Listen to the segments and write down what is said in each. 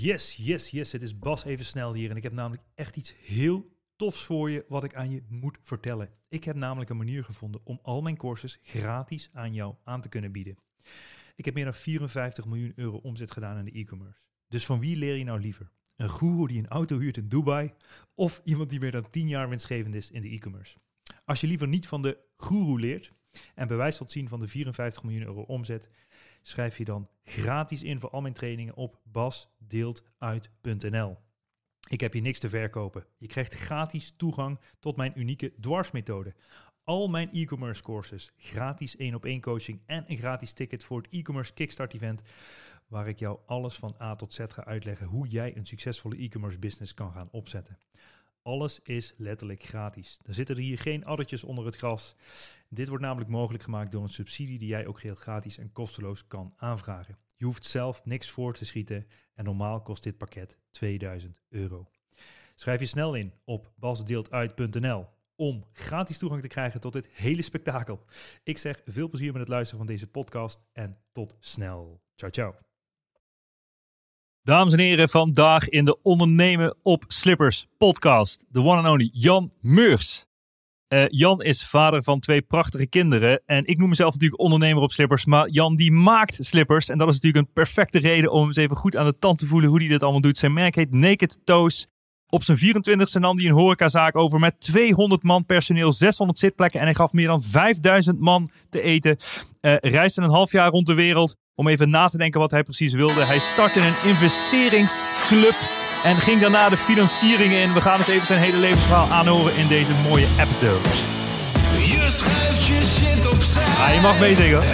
Yes. Het is Bas even snel hier en ik heb namelijk echt iets heel tofs voor je wat ik aan je moet vertellen. Ik heb namelijk een manier gevonden om al mijn courses gratis aan jou aan te kunnen bieden. Ik heb meer dan 54 miljoen euro omzet gedaan in de e-commerce. Dus van wie leer je nou liever? Een goeroe die een auto huurt in Dubai of iemand die meer dan 10 jaar winstgevend is in de e-commerce? Als je liever niet van de goeroe leert en bewijs wilt zien van de 54 miljoen euro omzet, schrijf je dan gratis in voor al mijn trainingen op basdeeltuit.nl. Ik heb hier niks te verkopen. Je krijgt gratis toegang tot mijn unieke dwarsmethode. Al mijn e-commerce courses, gratis 1-op-1 coaching en een gratis ticket voor het e-commerce kickstart event, waar ik jou alles van A tot Z ga uitleggen hoe jij een succesvolle e-commerce business kan gaan opzetten. Alles is letterlijk gratis. Er zitten hier geen addertjes onder het gras. Dit wordt namelijk mogelijk gemaakt door een subsidie die jij ook geheel gratis en kosteloos kan aanvragen. Je hoeft zelf niks voor te schieten en normaal kost dit pakket €2000. Schrijf je snel in op basdeeltuit.nl om gratis toegang te krijgen tot dit hele spektakel. Ik zeg veel plezier met het luisteren van deze podcast en tot snel. Ciao. Dames en heren, vandaag in de Ondernemen op Slippers podcast. De one and only Jan Meurs. Jan is vader van 2 prachtige kinderen. En ik noem mezelf natuurlijk ondernemer op slippers. Maar Jan die maakt slippers. En dat is natuurlijk een perfecte reden om eens even goed aan de tand te voelen hoe hij dit allemaal doet. Zijn merk heet Naked Toes. Op zijn 24e nam hij een horecazaak over met 200 man personeel, 600 zitplekken. En hij gaf meer dan 5000 man te eten. Reisde een half jaar rond de wereld om even na te denken wat hij precies wilde. Hij startte een investeringsclub en ging daarna de financieringen in. We gaan eens even zijn hele levensverhaal aanhoren in deze mooie episode. Je schuift je shit opzij. Je mag meezingen hoor.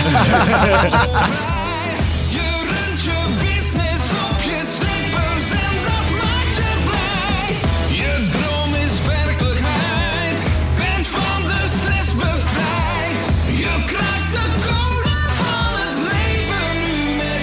Je runt je business op je slippers en dat maakt je blij. Je droom is werkelijkheid. Bent van de stress bevrijd. Je kraakt de code van het leven nu met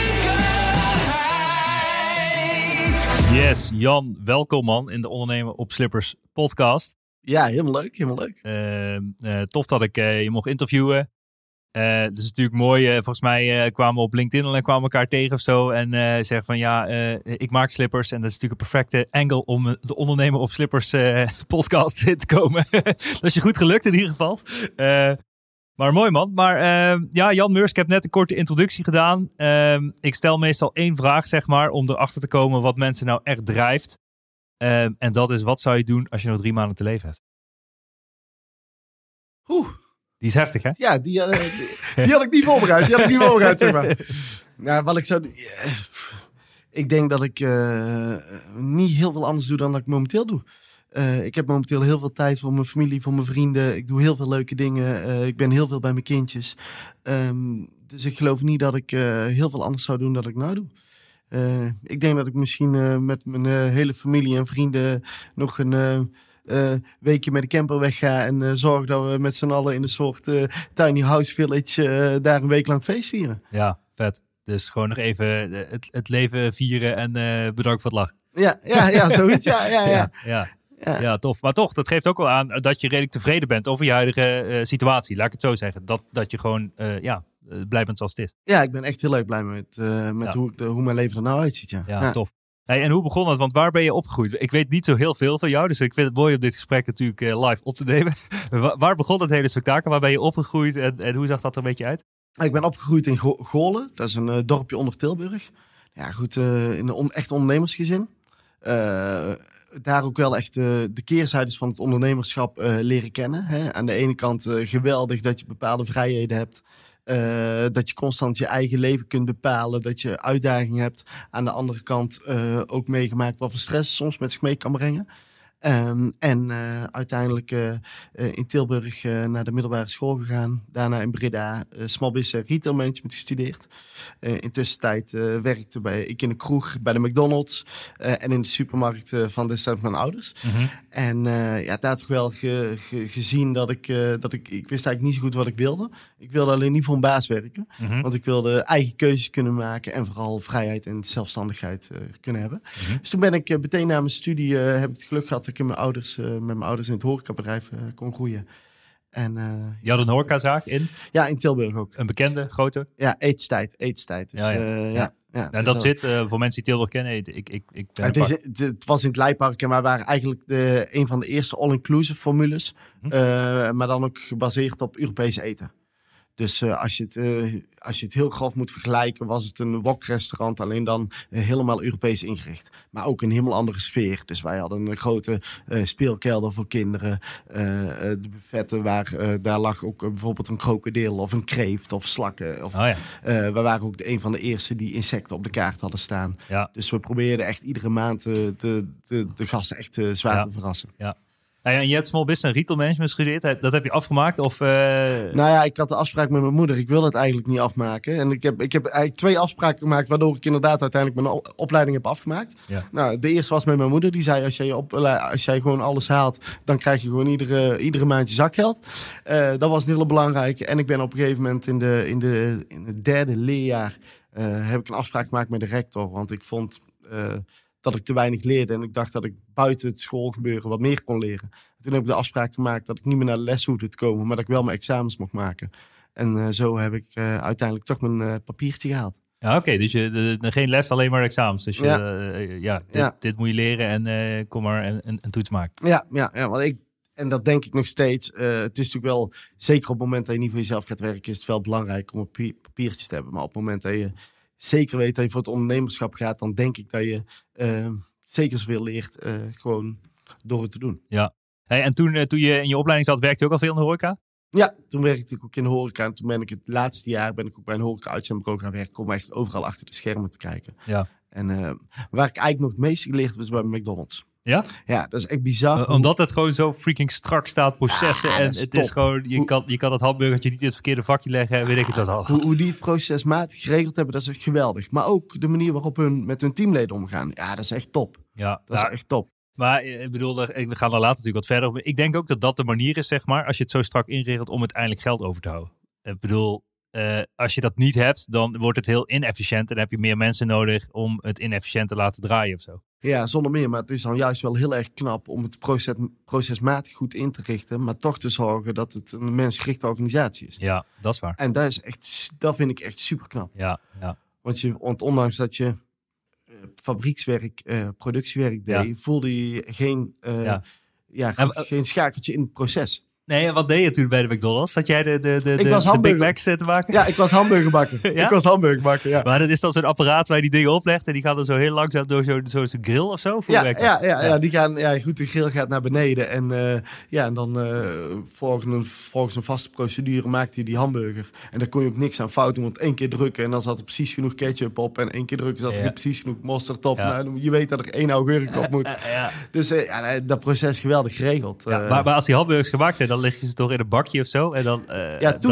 zekerheid. Yes, Jan, welkom man in de Ondernemen op Slippers podcast. Ja, helemaal leuk. Tof dat ik je mocht interviewen. Het is natuurlijk mooi. Volgens mij kwamen we op LinkedIn en kwamen elkaar tegen of zo. En zeggen van ik maak slippers. En dat is natuurlijk een perfecte angle om de Ondernemer op Slippers podcast in te komen. Dat is je goed gelukt in ieder geval. Maar mooi man. Maar Jan Meurs, ik heb net een korte introductie gedaan. Ik stel meestal 1 vraag zeg maar om erachter te komen wat mensen nou echt drijft. En dat is, wat zou je doen als je nog 3 maanden te leven hebt? Die is heftig, hè? Ja, die had ik niet voorbereid. Zeg maar. Nou, wat ik zou doen... Ik denk dat ik niet heel veel anders doe dan dat ik momenteel doe. Ik heb momenteel heel veel tijd voor mijn familie, voor mijn vrienden. Ik doe heel veel leuke dingen. Ik ben heel veel bij mijn kindjes. Dus ik geloof niet dat ik heel veel anders zou doen dan ik nou doe. Ik denk dat ik misschien met mijn hele familie en vrienden nog een weekje met de camper wegga en zorg dat we met z'n allen in een soort tiny house village daar een week lang feest vieren. Ja, vet. Dus gewoon nog even het leven vieren en bedankt voor het lachen. Ja, zoiets. Ja, tof. Maar toch, dat geeft ook wel aan dat je redelijk tevreden bent over je huidige situatie. Laat ik het zo zeggen. Dat je gewoon blij bent zoals het is. Ja, ik ben echt heel erg blij met hoe mijn leven er nou uitziet. Ja, tof. Hey, en hoe begon het? Want waar ben je opgegroeid? Ik weet niet zo heel veel van jou, dus ik vind het mooi om dit gesprek natuurlijk live op te nemen. Waar begon het hele spektakel? Waar ben je opgegroeid en hoe zag dat er een beetje uit? Ik ben opgegroeid in Goorlen. Dat is een dorpje onder Tilburg. Ja, goed, in een echt ondernemersgezin. Daar ook wel echt de keerzijdes van het ondernemerschap leren kennen. Hè. Aan de ene kant geweldig dat je bepaalde vrijheden hebt. Dat je constant je eigen leven kunt bepalen. Dat je uitdagingen hebt. Aan de andere kant ook meegemaakt wat voor stress soms met zich mee kan brengen. Uiteindelijk in Tilburg naar de middelbare school gegaan. Daarna in Breda small business retail management gestudeerd. Intussen werkte ik in de kroeg bij de McDonald's. En in de supermarkt van destijds mijn ouders. Mm-hmm. En daar toch wel gezien dat ik wist eigenlijk niet zo goed wat ik wilde. Ik wilde alleen niet voor een baas werken. Mm-hmm. Want ik wilde eigen keuzes kunnen maken. En vooral vrijheid en zelfstandigheid kunnen hebben. Mm-hmm. Dus toen ben ik meteen na mijn studie heb ik het geluk gehad dat ik met mijn ouders in het horecabedrijf kon groeien. En, je had een horecazaak in? Ja, in Tilburg ook. Een bekende, grote? Ja, eetstijd. Dus, Ja, Nou, dat zit, voor mensen die Tilburg kennen, ik ben het was in het Leipark en wij waren eigenlijk een van de eerste all-inclusive formules. Maar dan ook gebaseerd op Europees eten. Dus als je het heel grof moet vergelijken, was het een wokrestaurant, alleen dan helemaal Europees ingericht. Maar ook een helemaal andere sfeer. Dus wij hadden een grote speelkelder voor kinderen. De buffetten daar lag ook bijvoorbeeld een krokodil of een kreeft of slakken. We waren ook een van de eerste die insecten op de kaart hadden staan. Ja. Dus we probeerden echt iedere maand de gasten echt zwaar te verrassen. Ja. Nou ja, en je hebt small business en retail management gestudeerd. Dat heb je afgemaakt? Of, Nou ja, ik had de afspraak met mijn moeder. Ik wil het eigenlijk niet afmaken. En ik heb eigenlijk 2 afspraken gemaakt, waardoor ik inderdaad uiteindelijk mijn opleiding heb afgemaakt. Ja. Nou, de eerste was met mijn moeder. Die zei, als jij gewoon alles haalt, dan krijg je gewoon iedere maand je zakgeld. Dat was een hele belangrijke. En ik ben op een gegeven moment in het 3e leerjaar heb ik een afspraak gemaakt met de rector. Want ik vond dat ik te weinig leerde. En ik dacht dat ik buiten het schoolgebeuren wat meer kon leren. Toen heb ik de afspraak gemaakt dat ik niet meer naar de les hoefde te komen, maar dat ik wel mijn examens mocht maken. En zo heb ik uiteindelijk toch mijn papiertje gehaald. Ja, oké. Dus geen les, alleen maar examens. Dus dit moet je leren en kom maar een toets maken. Ja, want en dat denk ik nog steeds. Het is natuurlijk wel, zeker op het moment dat je niet voor jezelf gaat werken, is het wel belangrijk om een papiertje te hebben. Maar op het moment dat je zeker weet dat je voor het ondernemerschap gaat, dan denk ik dat je zeker zoveel leert gewoon door het te doen. Ja. Hey, en toen je in je opleiding zat, werkte je ook al veel in de horeca? Ja, toen werkte ik ook in de horeca. En toen ben ik het laatste jaar ook bij een horeca-uitzendbureau gaan werken om echt overal achter de schermen te kijken. Ja. En waar ik eigenlijk nog het meeste geleerd heb, is bij McDonald's. Ja? Ja, dat is echt bizar. Omdat het gewoon zo freaking strak staat, processen. En het is gewoon, je kan dat hamburgertje niet in het verkeerde vakje leggen en weet ik het wat al. Hoe die het procesmatig geregeld hebben, dat is echt geweldig. Maar ook de manier waarop met hun teamleden omgaan. Ja, dat is echt top. Ja, dat is echt top. Maar ik bedoel, we gaan er later natuurlijk wat verder op. Ik denk ook dat dat de manier is, zeg maar, als je het zo strak inregelt om uiteindelijk geld over te houden. Ik bedoel, als je dat niet hebt, dan wordt het heel inefficiënt. En dan heb je meer mensen nodig om het inefficiënt te laten draaien of zo. Ja, zonder meer. Maar het is dan juist wel heel erg knap om het procesmatig goed in te richten. Maar toch te zorgen dat het een mensgerichte organisatie is. Ja, dat is waar. En dat vind ik echt super knap. Ja. Want ondanks dat je fabriekswerk, productiewerk deed, voelde je geen schakeltje in het proces. Nee, en wat deed je toen bij de McDonald's? Zat jij de Big Macs te maken? Ja, ik was hamburgerbakker. Ja? Ik was hamburgerbakker, ja. Maar dat is dan zo'n apparaat waar je die dingen oplegt en die gaan dan zo heel langzaam door zo'n grill of zo? Ja, die gaan, de grill gaat naar beneden en dan volgens een vaste procedure maakt hij die hamburger. En daar kon je ook niks aan fout doen, want 1 keer drukken en dan zat er precies genoeg ketchup op en 1 keer drukken zat er precies genoeg mosterd op. Ja. Nou, je weet dat er 1 augurk op moet. Dus dat proces geweldig geregeld. Maar als die hamburgers gemaakt zijn, dan leg je ze toch in een bakje of zo? En dan, toen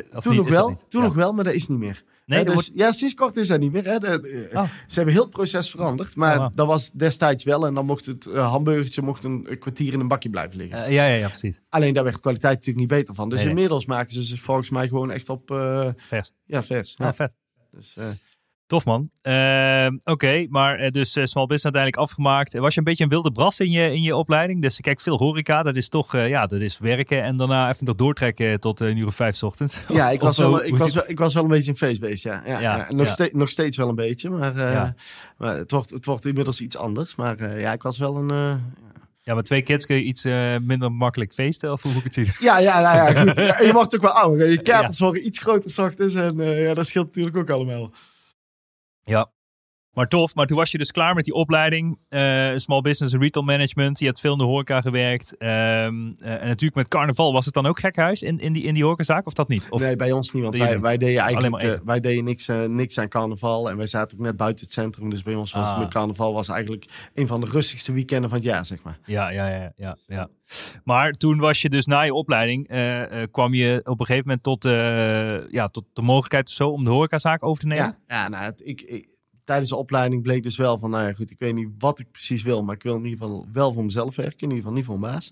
nog wel, maar dat is niet meer. Ja, sinds kort is dat niet meer. Hè. Ze hebben heel het proces veranderd, maar dat was destijds wel. En dan mocht het hamburgertje een kwartier in een bakje blijven liggen. Ja, precies. Alleen daar werd de kwaliteit natuurlijk niet beter van. Dus inmiddels maken ze volgens mij gewoon echt op... vers. Ja, vers. Ja, vet. Dus, tof man. Oké, maar dus small business uiteindelijk afgemaakt. Was je een beetje een wilde bras in je opleiding? Dus kijk, veel horeca, dat is toch dat is werken en daarna even nog doortrekken tot 5:00 's ochtends. Ja, ik was wel een beetje een feestbeest, ja. Nog steeds wel een beetje, maar het wordt inmiddels iets anders. Maar ik was wel een... Ja, maar 2 kids kun je iets minder makkelijk feesten, of hoe moet ik het zien? Ja, goed. Ja, je wordt ook wel ouder. Je katers worden iets groter 's ochtends en dat scheelt natuurlijk ook allemaal. Ja, maar tof. Maar toen was je dus klaar met die opleiding. Small business en retail management. Je hebt veel in de horeca gewerkt. En natuurlijk met carnaval. Was het dan ook gekhuis in die horecazaak of dat niet? Of nee, bij ons niet. Want wij deden eigenlijk wij deden niks aan carnaval. En wij zaten ook net buiten het centrum. Dus bij ons was met carnaval was eigenlijk een van de rustigste weekenden van het jaar, zeg maar. Ja. Maar toen was je dus na je opleiding, kwam je op een gegeven moment tot de mogelijkheid of zo om de horecazaak over te nemen? Ja, tijdens de opleiding bleek dus wel van, ik weet niet wat ik precies wil, maar ik wil in ieder geval wel voor mezelf werken, in ieder geval niet voor een baas.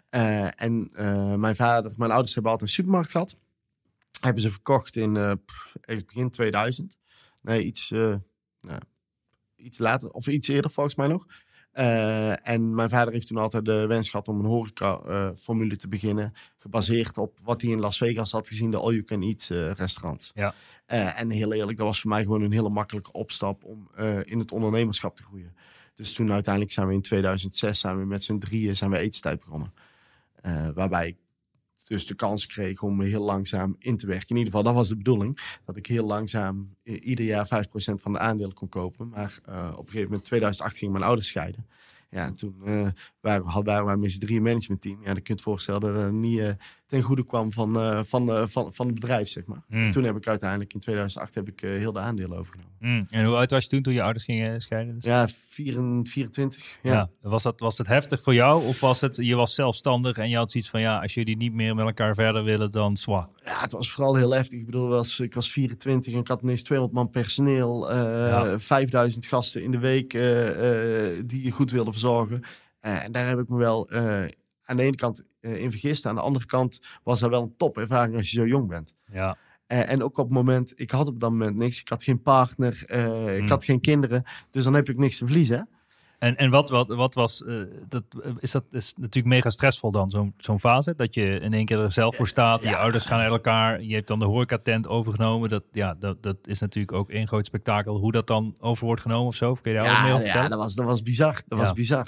Mijn ouders hebben altijd een supermarkt gehad. Hebben ze verkocht in begin 2000. Nee, iets later, of iets eerder volgens mij nog. En mijn vader heeft toen altijd de wens gehad om een horeca-formule te beginnen. Gebaseerd op wat hij in Las Vegas had gezien, de all-you-can-eat restaurants. Ja. En heel eerlijk, dat was voor mij gewoon een hele makkelijke opstap om in het ondernemerschap te groeien. Dus toen uiteindelijk zijn we in 2006 met z'n drieën Eetstijd begonnen. Waarbij ik dus de kans kreeg om heel langzaam in te werken. In ieder geval, dat was de bedoeling. Dat ik heel langzaam ieder jaar 5% van de aandelen kon kopen. Maar op een gegeven moment, in 2008, gingen mijn ouders scheiden. Ja, en toen waren wij met z'n drieën managementteam. Ja, dan kun je het voorstellen dat het niet ten goede kwam van het bedrijf, zeg maar. Toen heb ik uiteindelijk in 2008 heel de aandelen overgenomen. En hoe oud was je toen je ouders gingen scheiden? Dus? Ja, 24. Ja. Was het heftig voor jou? Of was het, je was zelfstandig en je had zoiets van, ja, als jullie niet meer met elkaar verder willen, dan zwaar. Ja, het was vooral heel heftig. Ik bedoel, ik was 24 en ik had ineens 200 man personeel. 5000 gasten in de week die je goed wilde verzorgen. En daar heb ik me wel aan de ene kant in vergist. Aan de andere kant was dat wel een topervaring als je zo jong bent. Ja. En ook op het moment, ik had op dat moment niks. Ik had geen partner, ik had geen kinderen. Dus dan heb ik niks te verliezen. En wat was, dat is natuurlijk mega stressvol dan, zo'n fase. Dat je in één keer er zelf voor staat. Je ouders gaan uit elkaar. Je hebt dan de horecatent overgenomen. Dat is natuurlijk ook één groot spektakel. Hoe dat dan over wordt genomen of zo? Of kun je daar wat mee over vertellen? Ja, dat was bizar. Dat was bizar.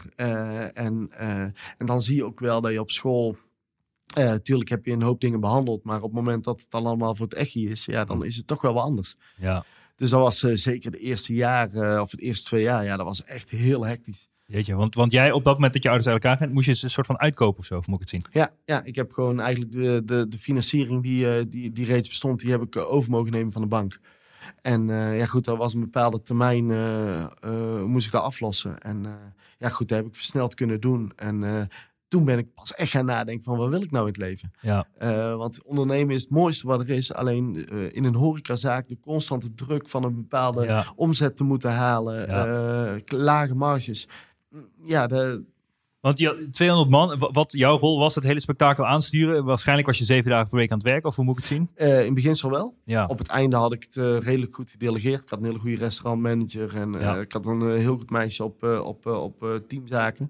En dan zie je ook wel dat je op school... Tuurlijk heb je een hoop dingen behandeld. Maar op het moment dat het dan allemaal voor het echtje is... Ja, dan is het toch wel wat anders. Ja. Dus dat was zeker de eerste jaar, of het eerste 2 jaar, ja, dat was echt heel hectisch. Jeetje, want jij op dat moment dat je ouders uit elkaar gaan, moest je een soort van uitkopen of zo, of moet ik het zien? Ja, ik heb gewoon eigenlijk de financiering die reeds bestond, die heb ik over mogen nemen van de bank. En ja goed, er was een bepaalde termijn, moest ik dat aflossen. En ja goed, dat heb ik versneld kunnen doen. En toen ben ik pas echt gaan nadenken van wat wil ik nou in het leven? Ja. Want ondernemen is het mooiste wat er is. Alleen in een horecazaak de constante druk van een bepaalde omzet te moeten halen. Lage marges. Ja, Want 200 man, wat jouw rol was, het hele spektakel aansturen. Waarschijnlijk was je 7 dagen per week aan het werk, of hoe moet ik het zien? In het beginsel wel. Ja. Op het einde had ik het redelijk goed gedelegeerd. Ik had een hele goede restaurantmanager en ik had een heel goed meisje op teamzaken.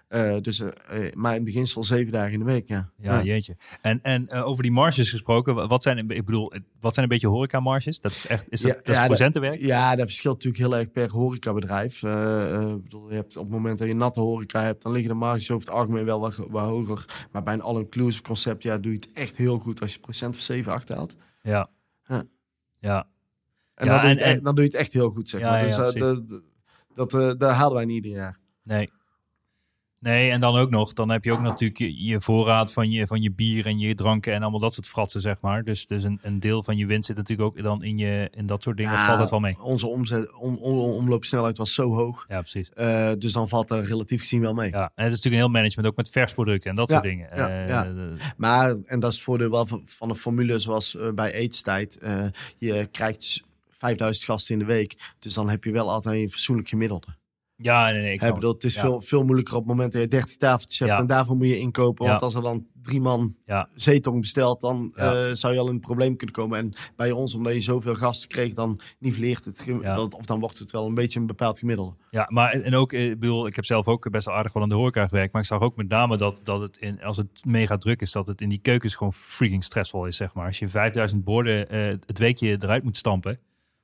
Maar in het beginsel 7 dagen in de week, ja. Jeetje. En over die marges gesproken, wat zijn een beetje horeca-marges? Dat is procentenwerk? Ja, dat verschilt natuurlijk heel erg per horecabedrijf. Je hebt op het moment dat je natte horeca hebt, dan liggen de marges over het algemeen wel wat hoger. Maar bij een all-inclusive concept, doe je het echt heel goed als je procent of 7, 8 haalt. Ja. En dan doe je het echt heel goed, zeg maar. Dus daar halen wij niet ieder jaar. Nee, en dan ook nog, dan heb je ook natuurlijk je voorraad van je bier en je dranken en allemaal dat soort fratsen, zeg maar. Dus een deel van je winst zit natuurlijk ook dan in dat soort dingen. Of valt het wel mee? Onze omloopsnelheid was zo hoog. Ja, precies. Dus dan valt er relatief gezien wel mee. Ja, en het is natuurlijk een heel management, ook met versproducten en dat soort dingen. Maar, en dat is het voordeel wel van een formule zoals bij Eetstijd. Je krijgt 5000 gasten in de week. Dus dan heb je wel altijd een fatsoenlijk gemiddelde. Ja, nee, ik bedoel, het is veel moeilijker op het moment dat je 30 tafeltjes hebt en daarvoor moet je inkopen. Want als er dan 3 man zeetong bestelt, dan zou je al in een probleem kunnen komen. En bij ons, omdat je zoveel gasten kreeg, dan nivelleert het. Of dan wordt het wel een beetje een bepaald gemiddelde. Ja, maar en ook, ik heb zelf ook best wel aardig wel aan de horeca gewerkt. Maar ik zag ook met name dat het als het mega druk is, dat het in die keukens gewoon freaking stressvol is, zeg maar. Als je 5000 borden het weekje eruit moet stampen.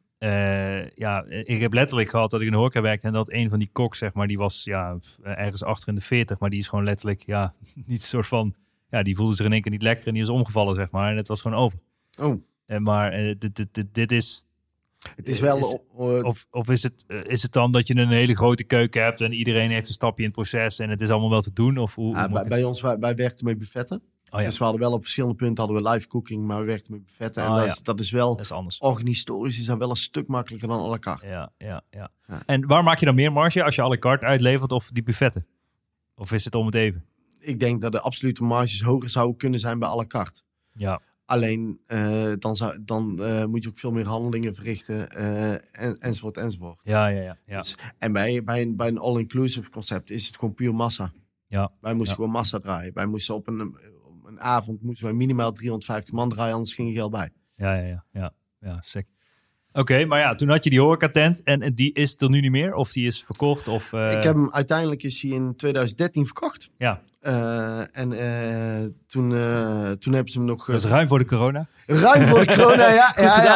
Ik heb letterlijk gehad dat ik in de horeca werkte en dat een van die koks, zeg maar, die was ergens achter in de 40, maar die is gewoon letterlijk, niet een soort van, die voelde zich in één keer niet lekker en die is omgevallen, zeg maar, en het was gewoon over. Maar dit is... Het is wel... Of is het dan dat je een hele grote keuken hebt en iedereen heeft een stapje in het proces en het is allemaal wel te doen? Of bij ons, wij werkten met buffetten. Dus we hadden wel op verschillende punten live cooking, maar we werkten met buffetten. En dat is wel... Dat is anders. Organisatorisch is dat wel een stuk makkelijker dan à la carte. Ja. En waar maak je dan meer marge als je à la carte uitlevert of die buffetten? Of is het om het even? Ik denk dat de absolute marges hoger zouden kunnen zijn bij à la carte. Ja. Alleen dan moet je ook veel meer handelingen verrichten enzovoort. Ja. Dus, en bij een all-inclusive concept is het gewoon puur massa. Ja. Wij moesten gewoon massa draaien. Wij moesten op een avond minimaal 350 man draaien, anders ging er geld bij. Ja, sick. Oké, maar ja, toen had je die horecatent en die is er nu niet meer? Of die is verkocht? Of, Ik heb hem uiteindelijk is hij in 2013 verkocht. Ja, Toen hebben ze hem nog... dat is ruim voor de corona. Ruim voor de corona, ja.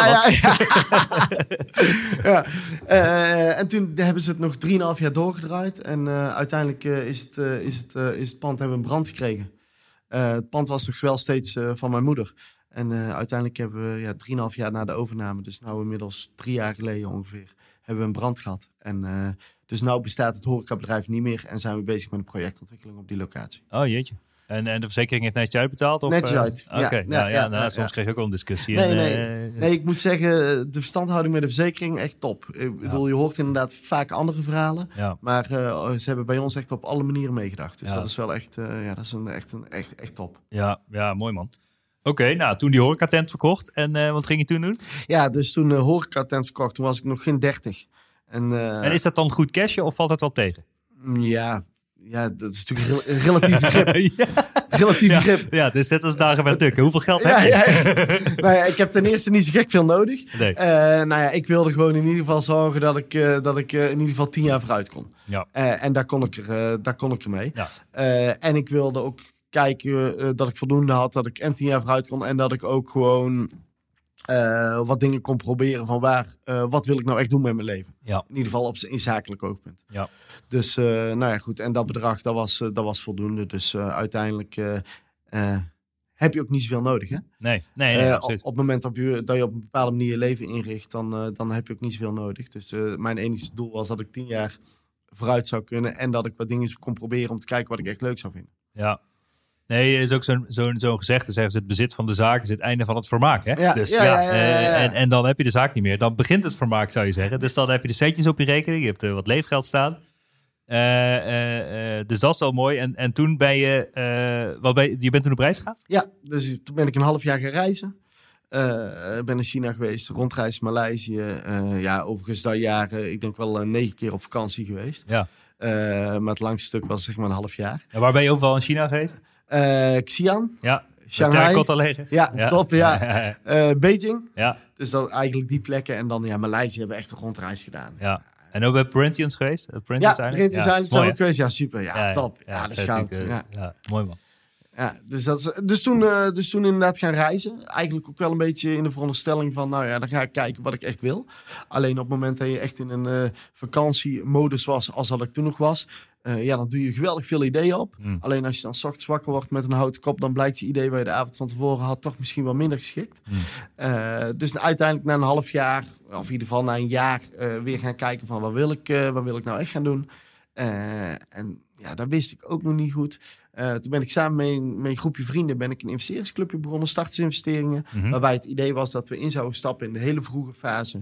Ja. En toen hebben ze het nog 3,5 jaar doorgedraaid. En uiteindelijk is het pand hebben we een brand gekregen. Het pand was nog wel steeds van mijn moeder. En uiteindelijk hebben we 3,5 jaar na de overname, dus nou inmiddels 3 jaar geleden ongeveer, hebben we een brand gehad. En dus nou bestaat het horecabedrijf niet meer en zijn we bezig met een projectontwikkeling op die locatie. Oh jeetje. En de verzekering heeft netjes uitbetaald? Of, netjes uit. Oké, soms kreeg je ook wel een discussie. Nee, ik moet zeggen, de verstandhouding met de verzekering echt top. Ik bedoel, je hoort inderdaad vaak andere verhalen. Ja. Maar ze hebben bij ons echt op alle manieren meegedacht. Dus Ja. dat is wel echt, dat is echt top. Ja, mooi man. Oké, nou toen die horecatent verkocht. En wat ging je toen doen? Ja, dus toen de horecatent verkocht, toen was ik nog geen 30. En is dat dan goed cashje of valt dat wel tegen? Ja, dat is natuurlijk een relatief begrip. Relatief begrip. Ja, dus net als dagen met tukken. Hoeveel geld heb je? Nou ja, ik heb ten eerste niet zo gek veel nodig. Nee. Nou ja, ik wilde gewoon in ieder geval zorgen dat ik in ieder geval 10 jaar vooruit kon. Ja. En daar kon ik er mee. Ja. En ik wilde ook kijken dat ik voldoende had, dat ik 10 jaar vooruit kon. En dat ik ook gewoon wat dingen kon proberen van wat wil ik nou echt doen met mijn leven. Ja. In ieder geval op zijn zakelijk oogpunt. Ja. Dus nou ja, goed. En dat bedrag, dat was voldoende. Dus uiteindelijk heb je ook niet zoveel nodig, hè? Nee, op het moment dat je op een bepaalde manier je leven inricht, dan heb je ook niet zoveel nodig. Dus mijn enige doel was dat ik 10 jaar vooruit zou kunnen en dat ik wat dingen kon proberen om te kijken wat ik echt leuk zou vinden. Ja. Nee, er is ook zo'n gezegde, zeggen ze, het bezit van de zaak is het einde van het vermaak. Hè? Ja, Dus, ja. En dan heb je de zaak niet meer. Dan begint het vermaak, zou je zeggen. Dus dan heb je de centjes op je rekening. Je hebt wat leefgeld staan. Dus dat is al mooi. En toen ben je... je bent toen op reis gegaan? Ja, dus toen ben ik een half jaar gaan reizen. Ben in China geweest, rondreis Maleisië. Overigens dat jaar, ik denk wel 9 keer op vakantie geweest. Ja. Maar het langste stuk was zeg maar een half jaar. En waar ben je overal in China geweest? Xi'an. Ja. Shanghai. Terracotta-legers. Ja, top, ja. Beijing. Ja. Dus dan eigenlijk die plekken. En dan Maleisië hebben we echt een rondreis gedaan. Ja. En ook bij Parinthians geweest? Parinthians Island zijn we ook geweest. Ja, super. Ja, top. Ja, dat is goud. Mooi man. Ja, dus toen inderdaad gaan reizen. Eigenlijk ook wel een beetje in de veronderstelling van, nou ja, dan ga ik kijken wat ik echt wil. Alleen op het moment dat je echt in een vakantiemodus was, als dat ik toen nog was, dan doe je geweldig veel ideeën op. Alleen als je dan 's ochtends wakker wordt met een houten kop, dan blijkt je idee waar je de avond van tevoren had toch misschien wel minder geschikt. Dus uiteindelijk na een half jaar, of in ieder geval na een jaar, weer gaan kijken van wat wil ik nou echt gaan doen. En ja, dat wist ik ook nog niet goed. Toen ben ik samen met een groepje vrienden een investeringsclubje begonnen, startsinvesteringen. Waarbij het idee was dat we in zouden stappen in de hele vroege fase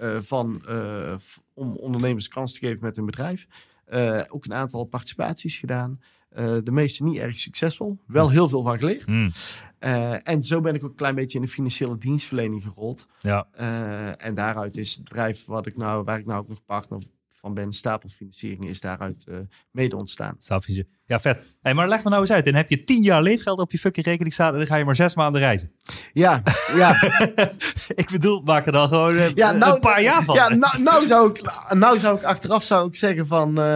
om ondernemers kans te geven met hun bedrijf. Ook een aantal participaties gedaan. De meeste niet erg succesvol. Wel heel veel van geleerd. En zo ben ik ook een klein beetje in de financiële dienstverlening gerold. Ja. En daaruit is het bedrijf waar ik nou ook nog partner van ben, Stapelfinanciering, is daaruit mede ontstaan. Ja, vet. Hey, maar leg me nou eens uit. Dan heb je 10 jaar leefgeld op je fucking rekening staan en dan ga je maar 6 maanden reizen. Ja. Ik bedoel, maak er dan gewoon een paar jaar van. Ja, nou zou ik achteraf zeggen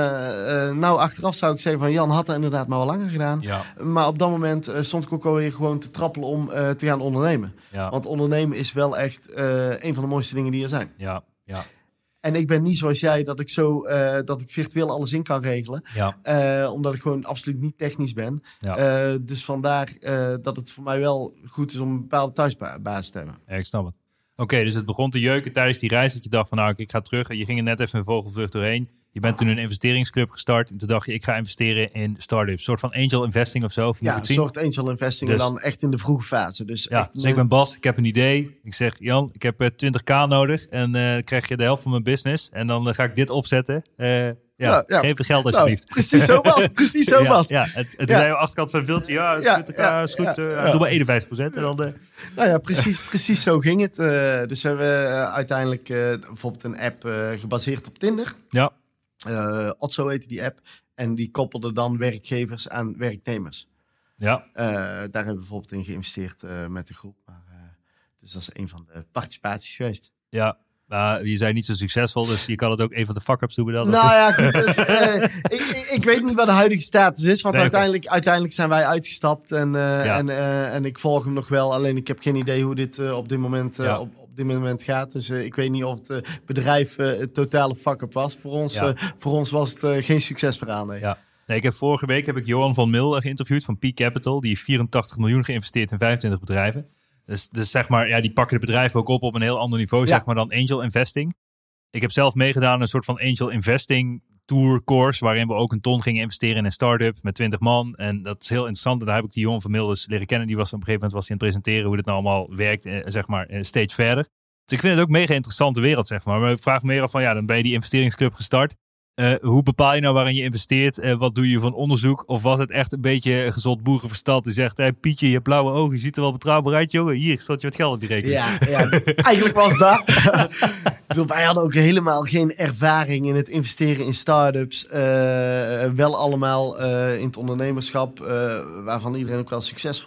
van Jan had dat inderdaad maar wel langer gedaan. Ja. Maar op dat moment stond ik ook alweer gewoon te trappelen om te gaan ondernemen. Ja. Want ondernemen is wel echt een van de mooiste dingen die er zijn. Ja. En ik ben niet zoals jij dat ik virtueel alles in kan regelen. Ja. Omdat ik gewoon absoluut niet technisch ben. Ja. Dus vandaar dat het voor mij wel goed is om een bepaalde thuisbasis te hebben. Ja, ik snap het. Oké, dus het begon te jeuken tijdens die reis. Dat je dacht van nou, ik ga terug. Je ging er net even een vogelvlucht doorheen. Je bent toen een investeringsclub gestart. En toen dacht je, ik ga investeren in start-ups. Een soort van angel investing of zo. Of een soort angel investing. Dus, en dan echt in de vroege fase. Dus ik ben Bas, ik heb een idee. Ik zeg, Jan, ik heb 20k nodig. En krijg je de helft van mijn business. En dan ga ik dit opzetten. Geef me geld alsjeblieft. Nou, precies zo was. Ja, het is aan de achterkant van het wieltje. Ja, 20k is goed. Doe maar 51%. En dan Nou ja, precies zo ging het. Dus hebben we uiteindelijk bijvoorbeeld een app gebaseerd op Tinder. Ja. Otso heette die app. En die koppelde dan werkgevers aan werknemers. Ja. Daar hebben we bijvoorbeeld in geïnvesteerd met de groep. Dus dat is een van de participaties geweest. Ja. Je zei niet zo succesvol, dus je kan het ook een van de fuck-ups noemen dan. Nou ja, goed. Ik weet niet wat de huidige status is. Want uiteindelijk zijn wij uitgestapt. En ik volg hem nog wel. Alleen ik heb geen idee hoe dit op dit moment gaat. Dus ik weet niet of het bedrijf het totale fuck-up was. Voor ons was het geen succesverhaal. Nee. Ja. Nee, vorige week heb ik Johan van Mil geïnterviewd van Peak Capital. Die heeft 84 miljoen geïnvesteerd in 25 bedrijven. Dus zeg maar, die pakken de bedrijven ook op een heel ander niveau, zeg maar, dan angel investing. Ik heb zelf meegedaan aan een soort van angel investing tour course, waarin we ook 1 ton gingen investeren in een start-up met 20 man. En dat is heel interessant. En daar heb ik die Johan van Mil dus leren kennen. Die was op een gegeven moment aan het presenteren hoe dit nou allemaal werkt, zeg maar, steeds verder. Dus ik vind het ook een mega interessante wereld, zeg maar. Maar ik vraag me meer af van, dan ben je die investeringsclub gestart. Hoe bepaal je nou waarin je investeert? Wat doe je van onderzoek? Of was het echt een beetje gezond boerenverstand die zegt, hey, Pietje, je hebt blauwe ogen, je ziet er wel betrouwbaar uit, jongen. Hier, stort je wat geld op die rekening. Ja, eigenlijk was dat. Ik bedoel, wij hadden ook helemaal geen ervaring in het investeren in start-ups. Wel allemaal in het ondernemerschap, waarvan iedereen ook wel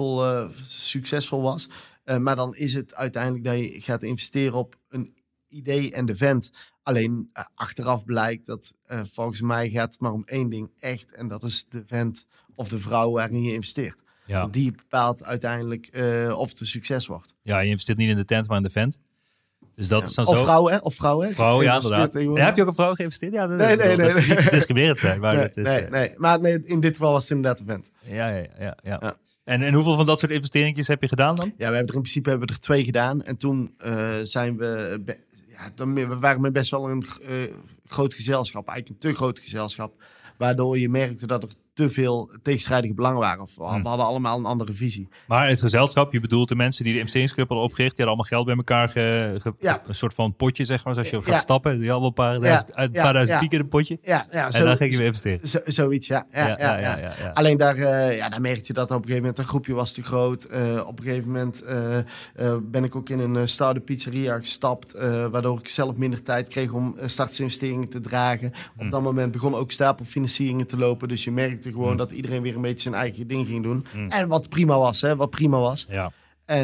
succesvol was. Maar dan is het uiteindelijk dat je gaat investeren op een idee en de vent. Alleen achteraf blijkt dat volgens mij gaat het maar om 1 ding echt. En dat is de vent of de vrouw waarin je investeert. Ja. Want die bepaalt uiteindelijk of het een succes wordt. Ja, je investeert niet in de tent, maar in de vent. Dus dat is dan of zo. Vrouwen, hè? Of vrouwen. Vrouwen, ja, inderdaad. Heb je ook een vrouw geïnvesteerd? Ja, nee. Dat is niet discriminerend zijn. Maar nee. Maar in dit geval was het inderdaad een vent. Ja. En hoeveel van dat soort investeringjes heb je gedaan dan? Ja, we hebben er 2 gedaan. En toen zijn we... we waren met best wel een groot gezelschap. Eigenlijk een te groot gezelschap. Waardoor je merkte dat er te veel tegenstrijdige belangen waren. Of we hadden allemaal een andere visie. Maar het gezelschap, je bedoelt de mensen die de investeringsclub hadden opgericht. Die hadden allemaal geld bij elkaar. Een soort van potje, zeg maar. Als je gaat stappen. Die hadden wel een paar duizend piek in een potje. En dan ging je weer investeren. Zoiets, ja. Alleen daar merkte je dat op een gegeven moment een groepje was te groot. Op een gegeven moment ben ik ook in een start-up pizzeria gestapt. Waardoor ik zelf minder tijd kreeg om startinvesteringen te dragen. Op dat moment begon ook stapelfinancieringen te lopen. Dus je merkte gewoon dat iedereen weer een beetje zijn eigen ding ging doen. En wat prima was. Ja.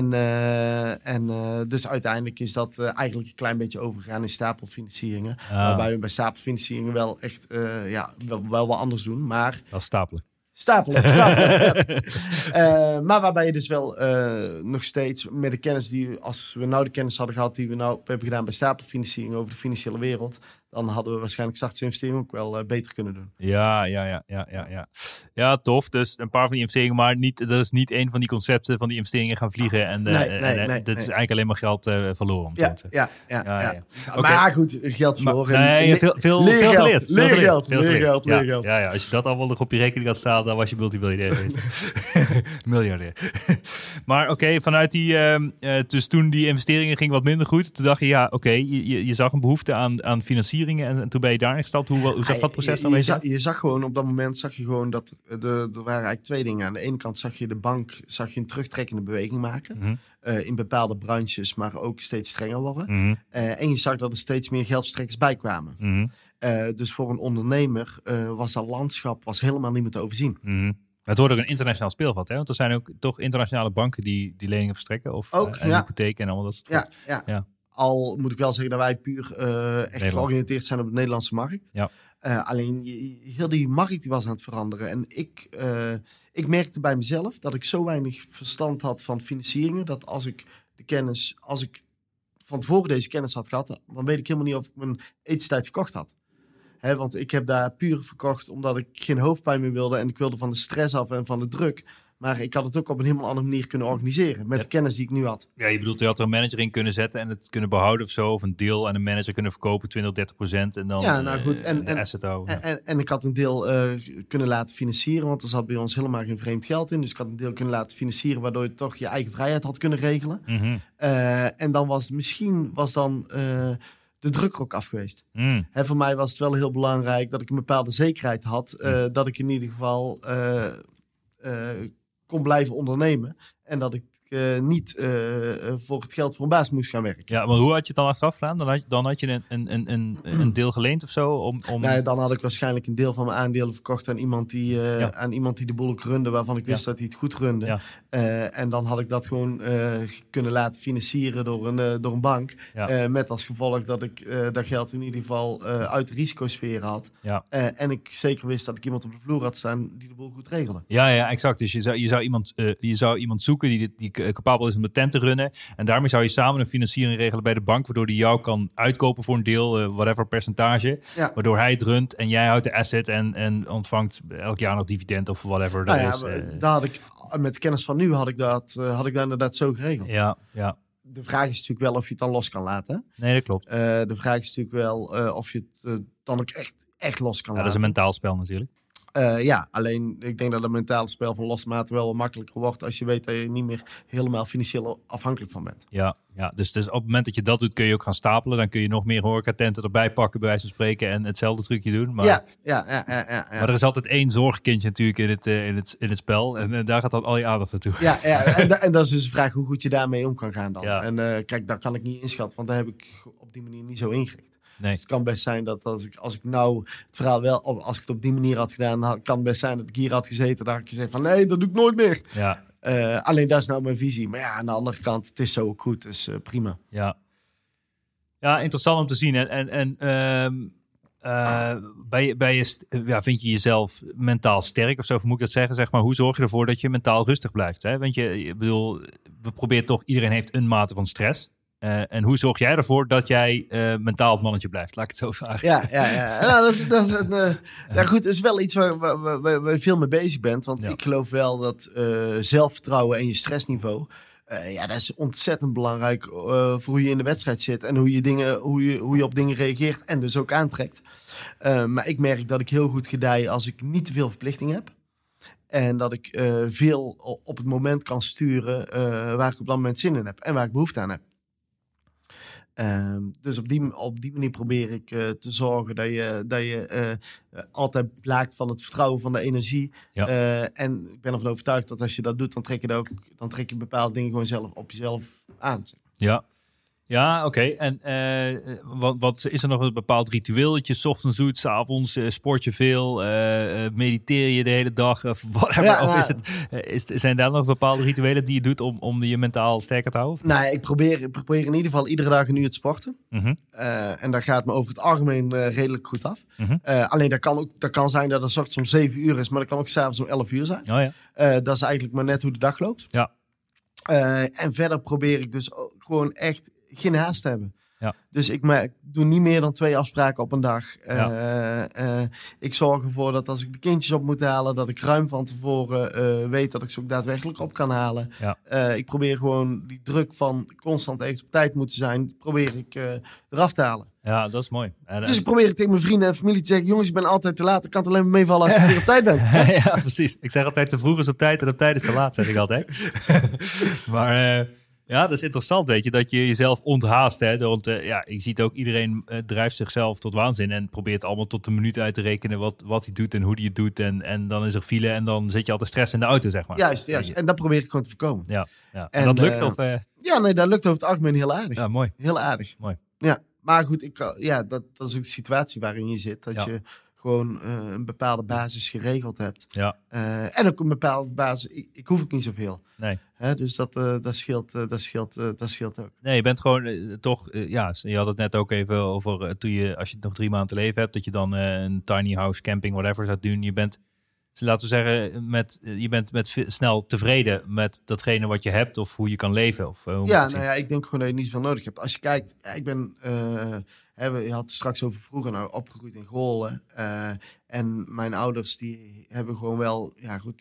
En dus uiteindelijk is dat eigenlijk een klein beetje overgegaan in stapelfinancieringen. Waarbij we bij stapelfinancieringen wel echt wel wat anders doen. Maar dat is stapelen. Maar waarbij je dus wel nog steeds met de kennis als we nou de kennis hadden gehad die we nou hebben gedaan bij stapelfinanciering over de financiële wereld, dan hadden we waarschijnlijk startinvesteringen ook wel beter kunnen doen. Ja, tof. Dus een paar van die investeringen, maar dat is niet één van die concepten van die investeringen gaan vliegen. En dat is eigenlijk alleen maar geld verloren. Ja. Maar goed, geld verloren. Veel geleerd. Leergeld. Ja, als je dat allemaal nog op je rekening had staan, dan was je multimiljardair geweest. Miljardair. Maar vanuit die... dus toen die investeringen ging wat minder goed, toen dacht je, je zag een behoefte aan financieringen en toen ben je daarin gestapt. Hoe zag dat proces dan? Je zag gewoon, op dat moment zag je gewoon dat er waren eigenlijk 2 dingen. Aan de ene kant zag je de bank een terugtrekkende beweging maken. In bepaalde branches, maar ook steeds strenger worden. En je zag dat er steeds meer geldverstrekkers bij kwamen. Dus voor een ondernemer was dat landschap helemaal niet meer te overzien. Het wordt ook een internationaal speelveld, hè? Want er zijn ook toch internationale banken die leningen verstrekken. Of hypotheken en allemaal dat soort dingen. Ja. Al moet ik wel zeggen dat wij puur echt georiënteerd zijn op de Nederlandse markt. Ja. Alleen heel die markt die was aan het veranderen. En ik merkte bij mezelf dat ik zo weinig verstand had van financieringen. Dat als ik van tevoren deze kennis had gehad, dan weet ik helemaal niet of ik mijn etenstijd verkocht had. Want ik heb daar puur verkocht omdat ik geen hoofdpijn meer wilde. En ik wilde van de stress af en van de druk. Maar ik had het ook op een helemaal andere manier kunnen organiseren. Met de kennis die ik nu had. Ja, je bedoelt, je had er een manager in kunnen zetten en het kunnen behouden of zo. Of een deel aan een manager kunnen verkopen, 20-30%. En dan goed. En ik had een deel kunnen laten financieren. Want er zat bij ons helemaal geen vreemd geld in. Dus ik had een deel kunnen laten financieren. Waardoor je toch je eigen vrijheid had kunnen regelen. En dan was de druk er ook af geweest. Voor mij was het wel heel belangrijk dat ik een bepaalde zekerheid had. Dat ik in ieder geval kon blijven ondernemen. En dat ik niet voor het geld voor een baas moest gaan werken. Ja, maar hoe had je het dan achteraf gedaan? Dan had je een deel geleend of zo? Om... Nou, dan had ik waarschijnlijk een deel van mijn aandelen verkocht aan iemand die de boel ook runde, waarvan ik wist dat hij het goed runde. Ja. En dan had ik dat gewoon kunnen laten financieren door een bank. Ja. Met als gevolg dat ik dat geld in ieder geval uit de risicosfeer had. Ja. En ik zeker wist dat ik iemand op de vloer had staan die de boel goed regelde. Ja, exact. Dus je zou iemand zoeken die capabel is om de tent te runnen. En daarmee zou je samen een financiering regelen bij de bank, waardoor die jou kan uitkopen voor een deel, whatever percentage. Ja. Waardoor hij het runt en jij houdt de asset en ontvangt elk jaar nog dividend of whatever dat is. Daar had ik, met de kennis van nu, had ik dat inderdaad zo geregeld. Ja. De vraag is natuurlijk wel of je het dan los kan laten. Hè? Nee, dat klopt. De vraag is natuurlijk wel of je het dan ook echt los kan laten. Dat is een mentaal spel natuurlijk. Alleen ik denk dat het mentale spel van losmaten wel wat makkelijker wordt als je weet dat je niet meer helemaal financieel afhankelijk van bent. Ja, dus op het moment dat je dat doet kun je ook gaan stapelen. Dan kun je nog meer horecatenten erbij pakken bij wijze van spreken en hetzelfde trucje doen. Maar, maar er is altijd één zorgkindje natuurlijk in het spel en daar gaat dan al je aandacht naartoe. Ja, en dat is dus de vraag hoe goed je daarmee om kan gaan dan. Ja. En kijk, daar kan ik niet inschatten, want daar heb ik op die manier niet zo ingericht. Nee. Dus het kan best zijn dat als ik nou het verhaal wel, als ik het op die manier had gedaan, kan het best zijn dat ik hier had gezeten. Daar had ik gezegd van nee, dat doe ik nooit meer. Ja. Alleen dat is nou mijn visie. Maar ja, aan de andere kant, het is zo ook goed, dus prima. Ja, interessant om te zien. Vind je jezelf mentaal sterk of zo, moet ik dat zeggen? Zeg maar, hoe zorg je ervoor dat je mentaal rustig blijft? Hè? Want we proberen toch, iedereen heeft een mate van stress. En hoe zorg jij ervoor dat jij mentaal het mannetje blijft? Laat ik het zo vragen. Ja. Nou, goed, dat is wel iets waar je veel mee bezig bent. Want ik geloof wel dat zelfvertrouwen en je stressniveau, dat is ontzettend belangrijk voor hoe je in de wedstrijd zit. En hoe je op dingen reageert en dus ook aantrekt. Maar ik merk dat ik heel goed gedij als ik niet te veel verplichting heb. En dat ik veel op het moment kan sturen waar ik op dat moment zin in heb. En waar ik behoefte aan heb. Dus op die manier probeer ik te zorgen dat je altijd blijkt van het vertrouwen, van de energie. Ja. En ik ben ervan overtuigd dat als je dat doet, dan trek je bepaalde dingen gewoon zelf op jezelf aan. Ja, oké. En wat is er nog een bepaald ritueel dat je 's ochtends doet, 's avonds sport je veel, mediteer je de hele dag of whatever? Ja, zijn daar nog bepaalde rituelen die je doet om je mentaal sterker te houden? Nou, ik probeer in ieder geval iedere dag een uur te sporten. Mm-hmm. En dat gaat me over het algemeen redelijk goed af. Mm-hmm. Alleen dat kan zijn dat het 's ochtends om 7 uur is, maar dat kan ook 's avonds om 11 uur zijn. Oh, ja. Dat is eigenlijk maar net hoe de dag loopt. Ja. En verder probeer ik dus gewoon echt geen haast hebben. Ja. Dus ik doe niet meer dan 2 afspraken op een dag. Ik zorg ervoor dat als ik de kindjes op moet halen, dat ik ruim van tevoren weet dat ik ze ook daadwerkelijk op kan halen. Ja. Ik probeer gewoon die druk van constant ergens op tijd moeten zijn, probeer ik eraf te halen. Ja, dat is mooi. Dus ik probeer tegen mijn vrienden en familie te zeggen, jongens, ik ben altijd te laat. Ik kan het alleen maar meevallen als ik weer op tijd ben. Ja, precies. Ik zeg altijd, te vroeg is op tijd en op tijd is te laat, zeg ik altijd. Maar dat is interessant, weet je, dat je jezelf onthaast. Hè? Want je ziet ook, iedereen drijft zichzelf tot waanzin en probeert allemaal tot de minuut uit te rekenen wat hij doet en hoe hij het doet. En dan is er file en dan zit je altijd stress in de auto, zeg maar. Juist. En dat probeer ik gewoon te voorkomen. Ja. En dat lukt? Dat lukt over het algemeen heel aardig. Ja, mooi. Heel aardig. Mooi. Ja, maar goed, dat is ook de situatie waarin je zit. Dat je gewoon een bepaalde basis geregeld hebt. Ja. En ook een bepaalde basis. Ik hoef ook niet zoveel. Nee. Dus dat scheelt ook. Nee, je bent gewoon toch... je had het net ook even over als je nog 3 maanden te leven hebt, dat je dan een tiny house, camping, whatever zou doen. Je bent, laten we zeggen, snel tevreden met datgene wat je hebt of hoe je kan leven. Of, ik denk gewoon dat je niet zoveel nodig hebt. Als je kijkt, ik ben... je had het straks over vroeger opgegroeid in Goorlen. En mijn ouders die hebben gewoon wel... Ja goed,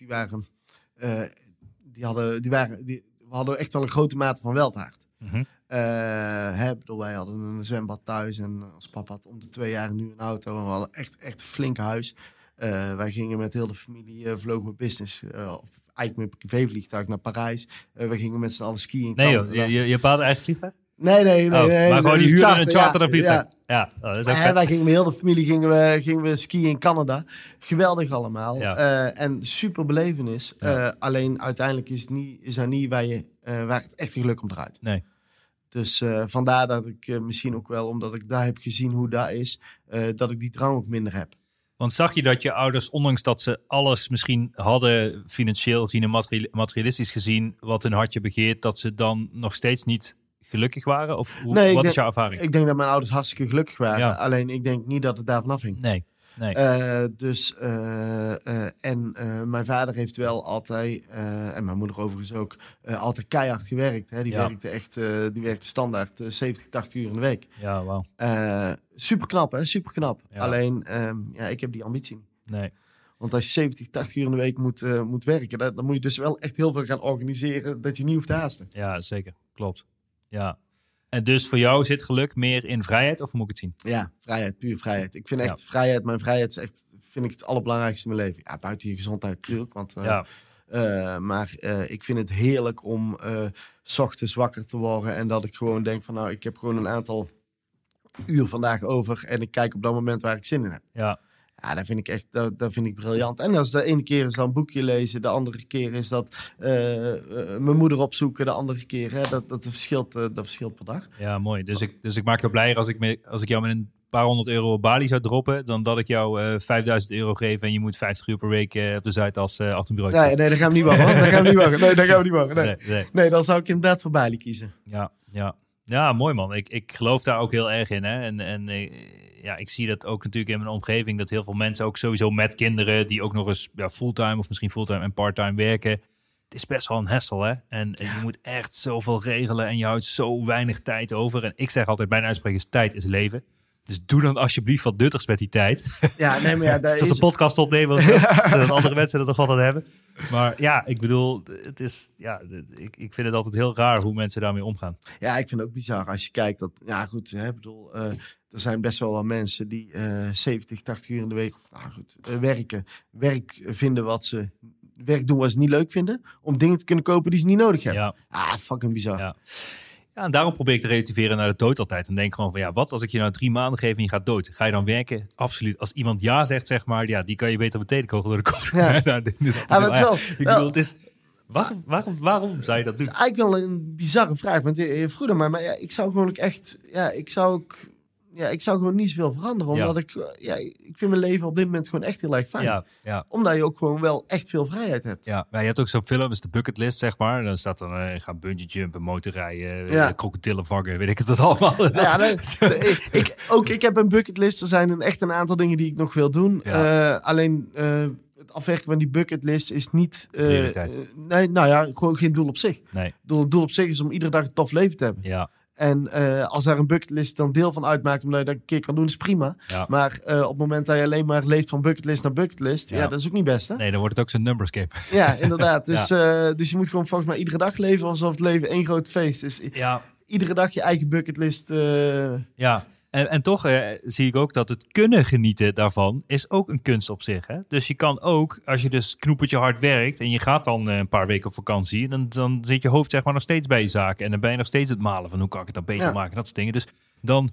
we hadden echt wel een grote mate van welvaart. Mm-hmm. Wij hadden een zwembad thuis. En als papa had om de 2 jaar nu een auto. En we hadden echt een flink huis. Wij gingen met heel de familie, vlogen we business... eigenlijk met een privévliegtuig naar Parijs. We gingen met z'n allen skiën. Nee joh, je pa had eigen vliegtuig? Nee. Maar gewoon die huren een charter of iets. Ja. Ja, dat is ook vet. Wij gingen met heel de familie gingen we skiën in Canada. Geweldig allemaal. Ja. En super belevenis. Ja. Alleen uiteindelijk is daar niet waar het echt geluk om draait. Nee. Dus vandaar dat ik misschien ook wel, omdat ik daar heb gezien hoe dat is, dat ik die drang ook minder heb. Want zag je dat je ouders, ondanks dat ze alles misschien hadden, financieel gezien en materialistisch gezien, wat hun hartje begeert, dat ze dan nog steeds niet gelukkig waren? Of wat is jouw ervaring? Ik denk dat mijn ouders hartstikke gelukkig waren. Ja. Alleen ik denk niet dat het daarvan afhing. Nee. Mijn vader heeft wel altijd, en mijn moeder overigens ook, altijd keihard gewerkt. Hè. Die werkte standaard 70, 80 uur in de week. Ja, wauw. Super knap, hè? Super knap. Ja. Alleen, ik heb die ambitie niet. Nee. Want als je 70, 80 uur in de week moet werken, dan moet je dus wel echt heel veel gaan organiseren dat je niet hoeft te haasten. Ja, zeker. Klopt. Ja. En dus voor jou zit geluk meer in vrijheid, of hoe moet ik het zien? Ja, vrijheid, puur vrijheid. Ik vind echt vrijheid, mijn vrijheid is echt, vind ik het allerbelangrijkste in mijn leven. Ja, buiten je gezondheid natuurlijk, want... Maar ik vind het heerlijk om 's ochtends wakker te worden en dat ik gewoon denk van nou, ik heb gewoon een aantal uur vandaag over en ik kijk op dat moment waar ik zin in heb. Ja. Ja, dat vind ik echt, dat vind ik briljant. En als de ene keer is dan een boekje lezen, de andere keer is dat mijn moeder opzoeken, de andere keer, hè, dat verschilt per dag. Ja, mooi. Dus ik maak jou blijer als ik jou met een paar €100 op Bali zou droppen, dan dat ik jou €5.000 geef en je moet 50 uur per week op de Zuidas achter een bureau. Nee, dat gaan we niet wagen. Dat gaan we niet wagen. Nee, dan zou ik inderdaad voor Bali kiezen. Ja, mooi man. Ik geloof daar ook heel erg in. Hè? En ik zie dat ook natuurlijk in mijn omgeving, dat heel veel mensen ook sowieso met kinderen, die ook nog eens fulltime of misschien fulltime en parttime werken. Het is best wel een hassel, hè? En je moet echt zoveel regelen en je houdt zo weinig tijd over. En ik zeg altijd, mijn uitspraak is tijd is leven. Dus doe dan alsjeblieft wat nuttigs met die tijd. Ja, nee, maar ja, zoals een podcast opnemen, zodat andere mensen er nog wat aan hebben. Maar ja, ik bedoel, het is, ik vind het altijd heel raar hoe mensen daarmee omgaan. Ja, ik vind het ook bizar als je kijkt dat, er zijn best wel wat mensen die 70, 80 uur in de week werken. Werk doen wat ze niet leuk vinden, om dingen te kunnen kopen die ze niet nodig hebben. Ja. Fucking bizar. Ja, en daarom probeer ik te relativeren naar de dood altijd. En denk gewoon van, wat als ik je nou 3 maanden geef en je gaat dood? Ga je dan werken? Absoluut. Als iemand ja zegt, zeg maar, die kan je beter met tegenkogel door de kop. Het is... Waarom zou je dat doen? Het is eigenlijk wel een bizarre vraag. Want vroeger maar ik zou gewoon ook echt... ik zou gewoon niet zoveel veranderen. Omdat ik vind mijn leven op dit moment gewoon echt heel erg fijn. Ja. Omdat je ook gewoon wel echt veel vrijheid hebt. Ja, je hebt ook zo'n film, is de bucketlist, zeg maar. Dan staat dan, gaan bungee jumpen, motorrijden, krokodillen vangen, weet ik het allemaal. Ik heb een bucketlist. Er zijn echt een aantal dingen die ik nog wil doen. Ja. Alleen... het afwerken van die bucketlist is niet... gewoon geen doel op zich. Nee. Doel op zich is om iedere dag een tof leven te hebben. Ja. En als daar een bucketlist dan deel van uitmaakt, omdat je dat een keer kan doen, is prima. Ja. Maar op het moment dat je alleen maar leeft van bucketlist naar bucketlist, dat is ook niet best, hè? Nee, dan wordt het ook zo'n numbers game. Ja, inderdaad. Dus, dus je moet gewoon volgens mij iedere dag leven alsof het leven één groot feest is. Iedere dag je eigen bucketlist. Ja. En toch zie ik ook dat het kunnen genieten daarvan is ook een kunst op zich. Hè? Dus je kan ook, als je dus knoepertje hard werkt en je gaat dan een paar weken op vakantie, dan zit je hoofd zeg maar nog steeds bij je zaken. En dan ben je nog steeds het malen van hoe kan ik het dan beter maken, dat soort dingen. Dus dan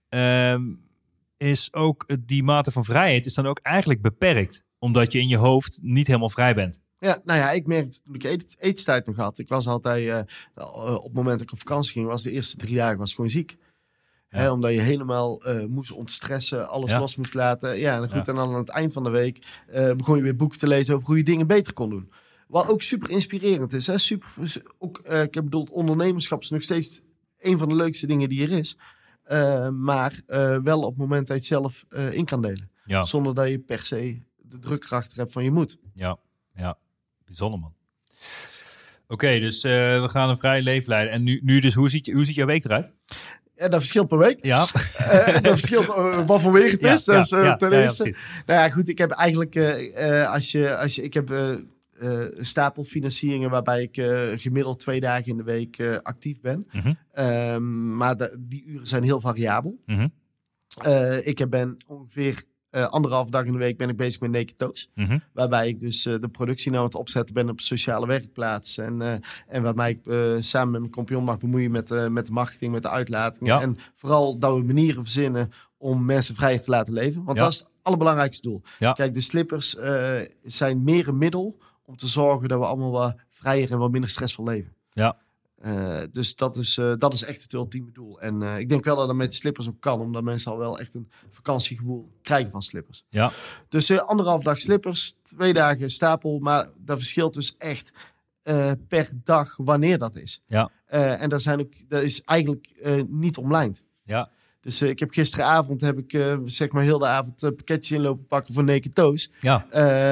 is ook die mate van vrijheid is dan ook eigenlijk beperkt. Omdat je in je hoofd niet helemaal vrij bent. Ja, ik merkte toen ik eetstijd nog had. Ik was altijd, op het moment dat ik op vakantie ging, was de eerste 3 dagen was gewoon ziek. Ja. Omdat je helemaal moest ontstressen, alles los moest laten. Ja, en goed. En dan aan het eind van de week begon je weer boeken te lezen over hoe je dingen beter kon doen. Wat ook super inspirerend is. Hè? Ik heb bedoeld, ondernemerschap is nog steeds een van de leukste dingen die er is. Maar wel op het moment dat je het zelf in kan delen. Ja. Zonder dat je per se de druk erachter hebt van je moet. Ja, bijzonder man. Oké, dus we gaan een vrij leven leiden. En nu dus, hoe ziet jouw week eruit? Ja, dat verschilt per week. Ja. Dat verschilt wat voor week het is. Ten eerste. Nou ja, goed. Ik heb eigenlijk... ik heb stapelfinancieringen waarbij ik gemiddeld 2 dagen in de week actief ben. Mm-hmm. Maar die uren zijn heel variabel. Mm-hmm. Ik ben ongeveer 1,5 dag in de week ben ik bezig met Naked Toes. Mhm. Waarbij ik dus de productie nou aan het opzetten ben op sociale werkplaats. En waarbij ik samen met mijn compagnon mag bemoeien met de marketing, met de uitlating. Ja. En vooral dat we manieren verzinnen om mensen vrijer te laten leven. Want dat is het allerbelangrijkste doel. Ja. Kijk, de slippers zijn meer een middel om te zorgen dat we allemaal wat vrijer en wat minder stressvol leven. Ja. Dus dat is echt het ultieme doel. En ik denk wel dat dat met slippers ook kan. Omdat mensen al wel echt een vakantiegevoel krijgen van slippers. Ja. Dus 1,5 dag slippers, 2 dagen stapel. Maar dat verschilt dus echt per dag wanneer dat is. Ja. En dat is eigenlijk niet omlijnd. Ja. Dus ik heb gisteravond zeg maar heel de avond pakketjes inlopen pakken voor Naked Toes. Ja.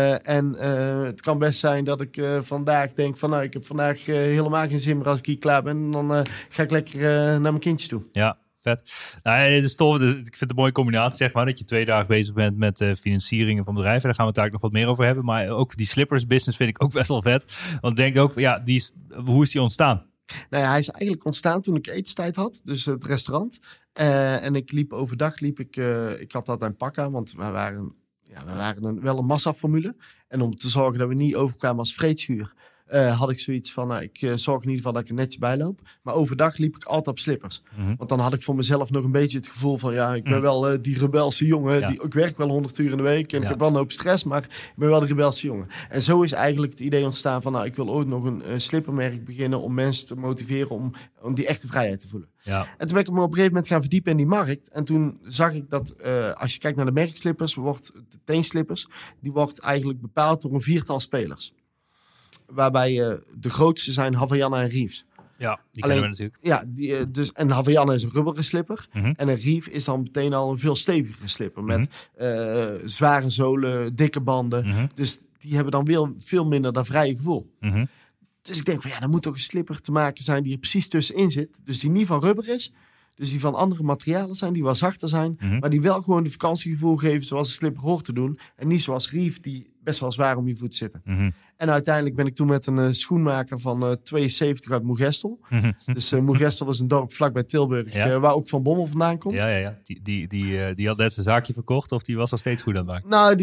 Het kan best zijn dat ik vandaag denk van nou, ik heb vandaag helemaal geen zin meer als ik hier klaar ben. En dan ga ik lekker naar mijn kindjes toe. Ja, vet. Nou, het is tof. Ik vind het een mooie combinatie, zeg maar, dat je 2 dagen bezig bent met financieringen van bedrijven. Daar gaan we het eigenlijk nog wat meer over hebben. Maar ook die slippers business vind ik ook best wel vet. Want ik denk ook, ja, hoe is die ontstaan? Nou ja, hij is eigenlijk ontstaan toen ik etenstijd had. Dus het restaurant. En ik liep overdag, ik had dat een pak aan, want we waren wel een massaformule. En om te zorgen dat we niet overkwamen als vreedschuur, had ik zoiets van, nou, ik zorg in ieder geval dat ik er netjes bij loop. Maar overdag liep ik altijd op slippers. Mhm. Want dan had ik voor mezelf nog een beetje het gevoel van, ja, ik ben wel die rebelse jongen. Ja. Ik werk wel 100 uur in de week en Ja. ik heb wel een hoop stress, maar ik ben wel de rebelse jongen. En zo is eigenlijk het idee ontstaan van, nou, ik wil ooit nog een slippermerk beginnen om mensen te motiveren om die echte vrijheid te voelen. Ja. En toen ben ik me op een gegeven moment gaan verdiepen in die markt. En toen zag ik dat als je kijkt naar de merkslippers, de teenslippers, die wordt eigenlijk bepaald door een 4-tal spelers. Waarbij de grootste zijn Havaiana en Reeves. Ja, die Alleen- kennen we natuurlijk. Ja, en Havaiana is een rubberen slipper. Mhm. En een Reef is dan meteen al een veel stevigere slipper. Met zware zolen, dikke banden. Mhm. Dus die hebben dan weer veel minder dat vrije gevoel. Mhm. Dus ik denk van ja, er moet toch een slipper te maken zijn die er precies tussenin zit. Dus die niet van rubber is. Dus die van andere materialen zijn, die wat zachter zijn. Mhm. Maar die wel gewoon de vakantiegevoel geven zoals een slipper hoort te doen. En niet zoals Reef, die best wel zwaar om je voet zitten. Mhm. En uiteindelijk ben ik toen met een schoenmaker van 72 uit Moegestel. Mhm. Dus Moegestel is een dorp vlakbij Tilburg, Ja. waar ook Van Bommel vandaan komt. Ja. Die had net zijn zaakje verkocht of die was nog steeds goed aan het maken? Nou,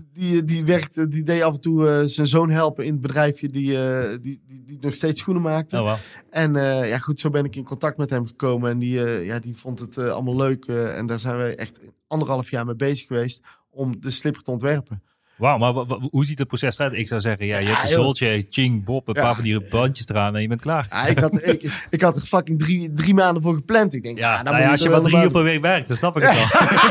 die deed af en toe zijn zoon helpen in het bedrijfje die nog steeds schoenen maakte. Oh, wow. En ja, goed, zo ben ik in contact met hem gekomen. En die vond het allemaal leuk. En daar zijn we echt 1,5 jaar mee bezig geweest om de slipper te ontwerpen. Wauw, maar hoe ziet het proces eruit? Ik zou zeggen, je hebt een joh. zoltje, ching, bob, een paar van die bandjes eraan en je bent klaar. Ja, ik had er fucking drie maanden voor gepland. Ik denk, Ja, dan nou ja, moet als je er maar wel 3 naar op een week werkt, dan snap ik het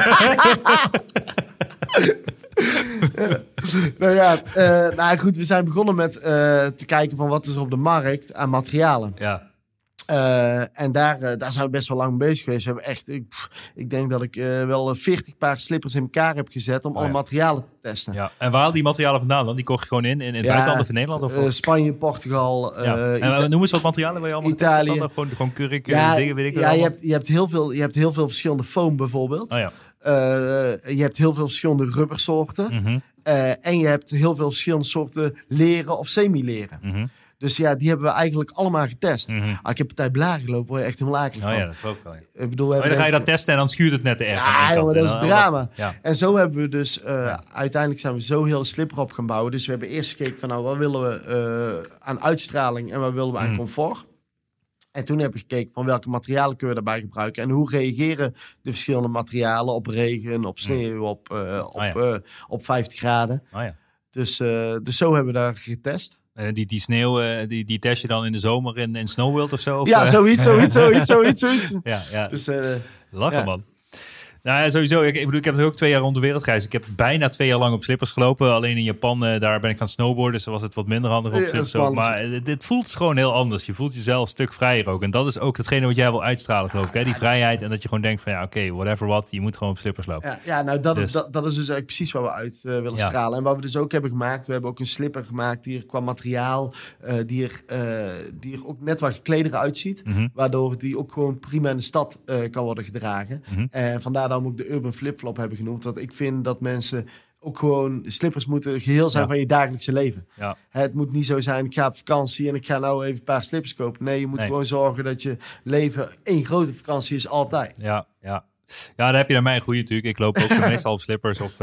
wel. Nou ja, goed, we zijn begonnen met te kijken van wat is er op de markt aan materialen. Ja, En daar zijn we best wel lang mee bezig geweest. We hebben echt, ik denk dat ik wel 40 paar slippers in elkaar heb gezet om alle ja. materialen te testen. ja. En waar haal die materialen vandaan dan? Die kocht je gewoon in het buitenland of in Nederland? Of Spanje, Portugal, ja. En noem eens wat materialen waar je allemaal Italië. getest hebt dan? Gewoon kurk, dingen, weet ik ja, wel. je hebt heel veel verschillende foam bijvoorbeeld. Oh ja. Je hebt heel veel verschillende rubbersoorten. Mhm, En je hebt heel veel verschillende soorten leren of semi-leren. mhm, Dus ja, die hebben we eigenlijk allemaal getest. mhm. Ik heb partij blaren gelopen, word je echt helemaal akelig Oh van. ja, dat is ook wel. Ja. Ik bedoel, we Maar dan hebben ga je dat echt- testen en dan schuurt het net te erg. aan Ja, één kant. jongen, dat is En dan- drama. Ja. En zo hebben we dus, uiteindelijk zijn we zo heel slipper op gaan bouwen. Dus we hebben eerst gekeken van, nou, wat willen we aan uitstraling en wat willen we aan comfort. En toen hebben we gekeken van welke materialen kunnen we daarbij gebruiken. En hoe reageren de verschillende materialen op regen, op sneeuw, op 50 graden. Oh ja. Dus zo hebben we daar getest. Die sneeuw, die test je dan in de zomer in Snow World of zo? Of, Ja, zoiets. ja. Dus Lachen, ja. man. Nou ja, sowieso. Ik bedoel, ik heb ook 2 jaar rond de wereld gereisd. Ik heb bijna 2 jaar lang op slippers gelopen. Alleen in Japan, daar ben ik gaan snowboarden. Dus dan was het wat minder handig op Ja, slippers. spannend. Maar dit voelt gewoon heel anders. Je voelt jezelf een stuk vrijer ook. En dat is ook hetgene wat jij wil uitstralen, geloof ik. Hè? Die vrijheid en dat je gewoon denkt van ja, oké, whatever what. Je moet gewoon op slippers lopen. ja, nou dat Dus- is dus eigenlijk precies wat we uit willen Ja. stralen. En wat we dus ook hebben gemaakt, we hebben ook een slipper gemaakt die er qua materiaal, die er ook net wat gekleder uitziet. Mhm. Waardoor die ook gewoon prima in de stad kan worden gedragen. Mhm. En vandaar dat we ook de urban flipflop hebben genoemd. Want ik vind dat mensen ook gewoon, slippers moeten geheel zijn Ja. van je dagelijkse leven. Ja. Het moet niet zo zijn, ik ga op vakantie en ik ga nou even een paar slippers kopen. Nee, je moet Nee. gewoon zorgen dat je leven één grote vakantie is altijd. Ja, Ja, daar heb je naar mij een goede natuurlijk. Ik loop ook meestal op slippers. Of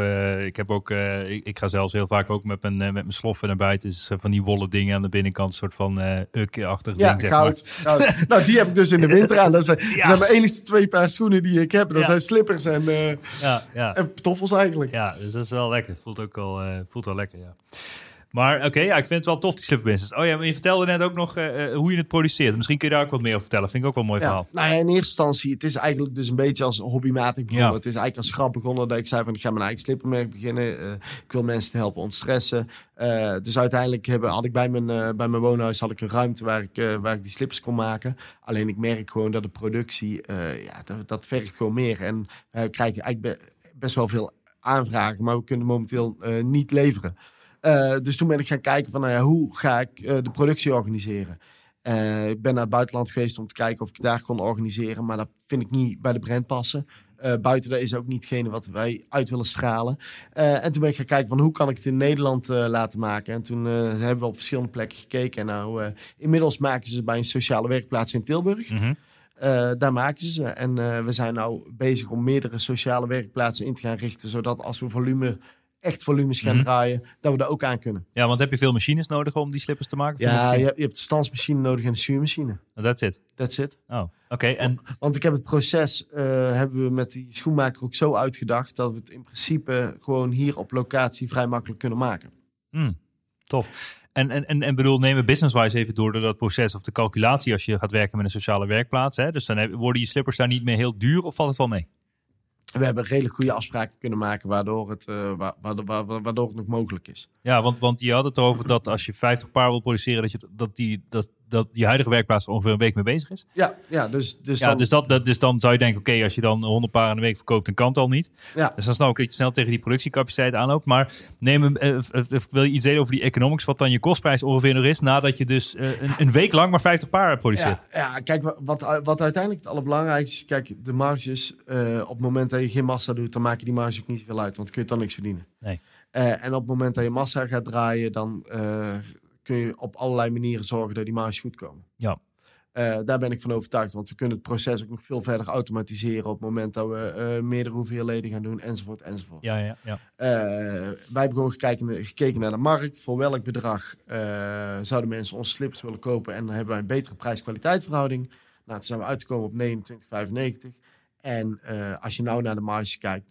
ik ga zelfs heel vaak ook met mijn sloffen naar buiten. Dus van die wollen dingen aan de binnenkant. Een soort van uk-achtig ding, zeg goud. Nou, die heb ik dus in de winter aan. Dat zijn mijn enigste 2 paar schoenen die ik heb. Dat zijn slippers en pantoffels eigenlijk. Ja, dus dat is wel lekker. Voelt wel lekker, ja. Maar oké, ik vind het wel tof, die slipperbusiness. Oh ja, maar je vertelde net ook nog hoe je het produceert. Misschien kun je daar ook wat meer over vertellen. Vind ik ook wel een mooi verhaal. Nou ja, in eerste instantie, het is eigenlijk dus een beetje als hobbymatig begonnen. Ja. Het is eigenlijk als grap begonnen dat ik zei van ik ga mijn eigen slippermerk beginnen. Ik wil mensen helpen ontstressen. Dus uiteindelijk had ik bij mijn woonhuis een ruimte waar ik die slippers kon maken. Alleen ik merk gewoon dat de productie, dat vergt gewoon meer. En we krijgen eigenlijk best wel veel aanvragen, maar we kunnen momenteel niet leveren. Dus toen ben ik gaan kijken van hoe ga ik de productie organiseren. Ik ben naar het buitenland geweest om te kijken of ik daar kon organiseren. Maar dat vind ik niet bij de brand passen. Buiten dat is ook niet hetgene wat wij uit willen stralen. En toen ben ik gaan kijken van hoe kan ik het in Nederland laten maken. En toen hebben we op verschillende plekken gekeken. En inmiddels maken ze bij een sociale werkplaats in Tilburg. Mm-hmm. Daar maken ze. En we zijn nou bezig om meerdere sociale werkplaatsen in te gaan richten. Zodat als we echt volumes gaan draaien, dat we daar ook aan kunnen. Ja, want heb je veel machines nodig om die slippers te maken? Ja, je hebt de stansmachine nodig en de zuurmachine. That's it. Oh, oké. Want ik heb het proces, hebben we met die schoenmaker ook zo uitgedacht, dat we het in principe gewoon hier op locatie vrij makkelijk kunnen maken. Tof. En bedoel, neem het business-wise even door dat proces of de calculatie als je gaat werken met een sociale werkplaats. Hè? Dus dan worden je slippers daar niet meer heel duur of valt het wel mee? We hebben redelijk goede afspraken kunnen maken waardoor het nog mogelijk is. Ja, want je had het erover dat als je 50 paar wil produceren, dat je huidige werkplaats er ongeveer een week mee bezig is. Dus dan zou je denken, oké, als je dan 100 paar in de week verkoopt, dan kan het al niet. Ja. Dus dan snap ik dat je snel tegen die productiecapaciteit aanloopt. Maar wil je iets zeggen over die economics, wat dan je kostprijs ongeveer nog is, nadat je dus een week lang maar 50 paar produceert? Ja, kijk, wat uiteindelijk het allerbelangrijkste is, kijk, de marges, op het moment dat je geen massa doet, dan maak je die marge ook niet zoveel uit, want kun je dan niks verdienen. Nee. En op het moment dat je massa gaat draaien, dan kun je op allerlei manieren zorgen dat die marges goed komen. Ja. Daar ben ik van overtuigd, want we kunnen het proces ook nog veel verder automatiseren op het moment dat we meerdere hoeveelheden gaan doen, enzovoort. Ja. Wij hebben gewoon gekeken naar de markt. Voor welk bedrag zouden mensen onze slippers willen kopen en dan hebben wij een betere prijs-kwaliteit verhouding. Nou, toen zijn we uitgekomen op 29,95. En als je nou naar de marges kijkt,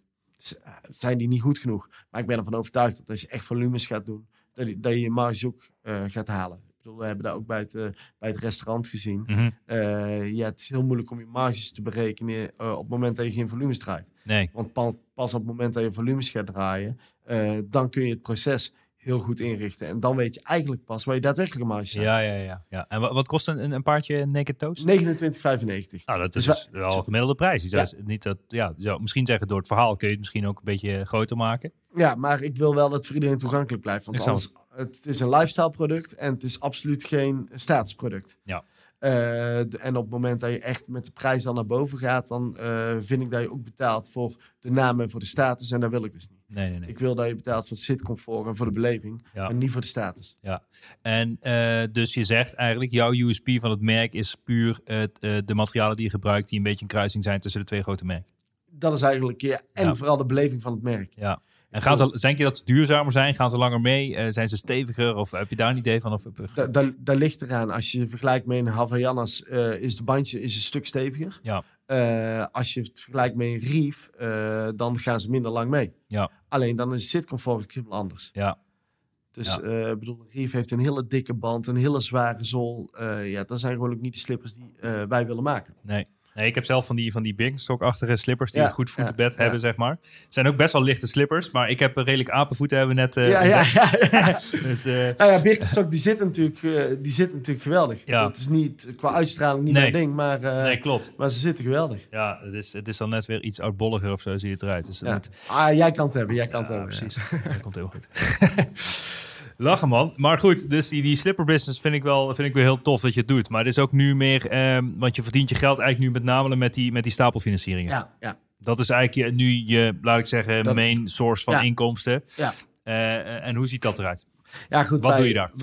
zijn die niet goed genoeg. Maar ik ben ervan overtuigd dat als je echt volumes gaat doen, dat je marges ook gaat halen. Ik bedoel, we hebben dat ook bij het restaurant gezien. Mm-hmm. Het is heel moeilijk om je marges te berekenen op het moment dat je geen volumes draait. Nee. Want pas op het moment dat je volumes gaat draaien, dan kun je het proces heel goed inrichten. En dan weet je eigenlijk pas waar je daadwerkelijke marges zijn. Ja. En wat kost een paardje Naked Toes? 29,95. Nou, dat is dus wel een gemiddelde prijs. Niet dat, zou misschien zeggen, door het verhaal kun je het misschien ook een beetje groter maken. Ja, maar ik wil wel dat het voor iedereen toegankelijk blijft. Want anders, het is een lifestyle product en het is absoluut geen statusproduct. Ja. En op het moment dat je echt met de prijs dan naar boven gaat, dan vind ik dat je ook betaalt voor de naam en voor de status. En dat wil ik dus niet. Nee. Ik wil dat je betaalt voor het zitcomfort en voor de beleving. En niet voor de status. Ja. En dus je zegt eigenlijk, jouw USP van het merk is puur de materialen die je gebruikt, die een beetje een kruising zijn tussen de twee grote merken. Dat is eigenlijk, vooral de beleving van het merk. Ja. En denk je dat ze duurzamer zijn? Gaan ze langer mee? Zijn ze steviger? Of heb je daar een idee van? Daar ligt eraan. Als je vergelijkt met een Havaianas, is de bandje een stuk steviger. Ja. Als je het vergelijkt met een Reef, dan gaan ze minder lang mee. Ja. Alleen dan is het zitcomfort helemaal anders. Ja. Dus bedoel, Reef heeft een hele dikke band, een hele zware zool. Dat zijn gewoon ook niet de slippers die wij willen maken. Nee, ik heb zelf van die Birkenstock-achtige slippers die een goed voetenbed hebben, zeg maar. Zijn ook best wel lichte slippers, maar ik heb redelijk apenvoeten hebben we net. Dus, Birkenstock die zit natuurlijk geweldig. Ja. Het is niet qua uitstraling niet mijn ding, maar nee, klopt. Maar ze zitten geweldig. Ja, het is dan net weer iets oudbolliger of zo, zie je het eruit. Dus jij kan het hebben, jij kan het hebben. Precies, dat komt heel goed. Lachen, man. Maar goed, dus die slipper business vind ik wel heel tof dat je het doet. Maar het is ook nu meer, want je verdient je geld eigenlijk nu met name met die stapelfinancieringen. Ja. Dat is eigenlijk nu je, laat ik zeggen, main source van inkomsten. Ja. En hoe ziet dat eruit? Ja, goed. Wat doe je daar?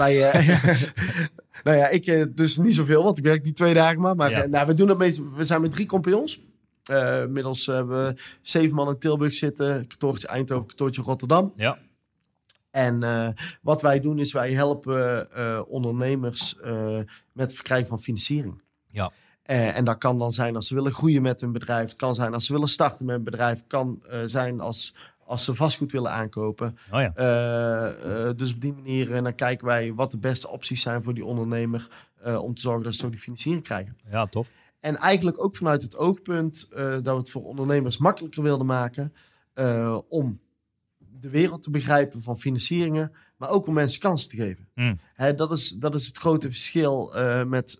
Ik dus niet zoveel, want ik werk die 2 dagen maar. Maar we doen het meestal. We zijn met 3 compagnons. Inmiddels hebben we 7 man in Tilburg zitten. Kantoortje Eindhoven, kantoortje Rotterdam. Ja. En wat wij doen is wij helpen ondernemers met het verkrijgen van financiering. Ja. En dat kan dan zijn als ze willen groeien met hun bedrijf. Het kan zijn als ze willen starten met een bedrijf. Het kan zijn als ze vastgoed willen aankopen. Oh ja. Dus op die manier dan kijken wij wat de beste opties zijn voor die ondernemer. Om te zorgen dat ze toch die financiering krijgen. Ja, tof. En eigenlijk ook vanuit het oogpunt dat we het voor ondernemers makkelijker wilden maken. Om de wereld te begrijpen van financieringen. Maar ook om mensen kansen te geven. Mm. Dat is het grote verschil met...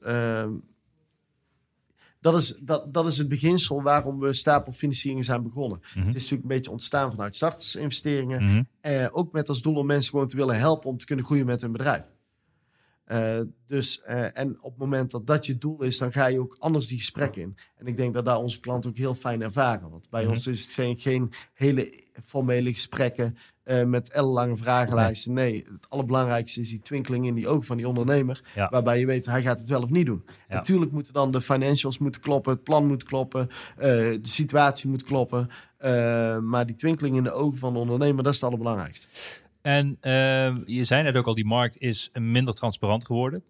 Dat is het beginsel waarom we stapelfinancieringen zijn begonnen. Mm-hmm. Het is natuurlijk een beetje ontstaan vanuit startersinvesteringen. Mm-hmm. Ook met als doel om mensen gewoon te willen helpen om te kunnen groeien met hun bedrijf. En op het moment dat dat je doel is, dan ga je ook anders die gesprekken in. En ik denk dat daar onze klanten ook heel fijn ervaren. Want bij ons zijn geen hele formele gesprekken met ellenlange vragenlijsten. Nee, het allerbelangrijkste is die twinkeling in die ogen van die ondernemer. Ja. Waarbij je weet, hij gaat het wel of niet doen. Ja. Natuurlijk moeten dan de financials moeten kloppen, het plan moet kloppen, de situatie moet kloppen. Maar die twinkeling in de ogen van de ondernemer, dat is het allerbelangrijkste. En je zei net ook al, die markt is minder transparant geworden.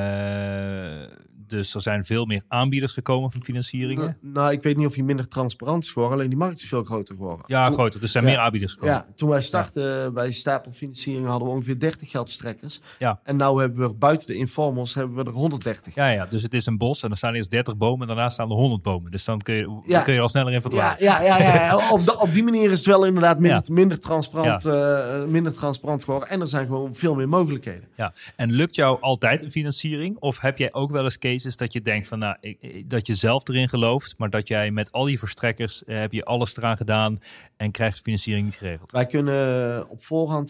Dus er zijn veel meer aanbieders gekomen van financieringen. Nou, ik weet niet of hij minder transparant is geworden. Alleen die markt is veel groter geworden. Ja, groter. Dus er zijn meer aanbieders gekomen. Ja, toen wij startten bij stapelfinanciering hadden we ongeveer 30 geldverstrekkers. Ja. En nu hebben we er buiten de informals hebben we er 130. Ja, dus het is een bos en er staan eerst 30 bomen en daarna staan er 100 bomen. Dus dan kun je er al sneller in verdwalen. Ja. Op die manier is het wel inderdaad minder transparant, Ja. minder transparant geworden. En er zijn gewoon veel meer mogelijkheden. Ja. En lukt jou altijd een financiering? Of heb jij ook wel eens cases dat je denkt van, dat je zelf erin gelooft, maar dat jij met al die verstrekkers heb je alles eraan gedaan en krijgt de financiering niet geregeld? Wij kunnen op voorhand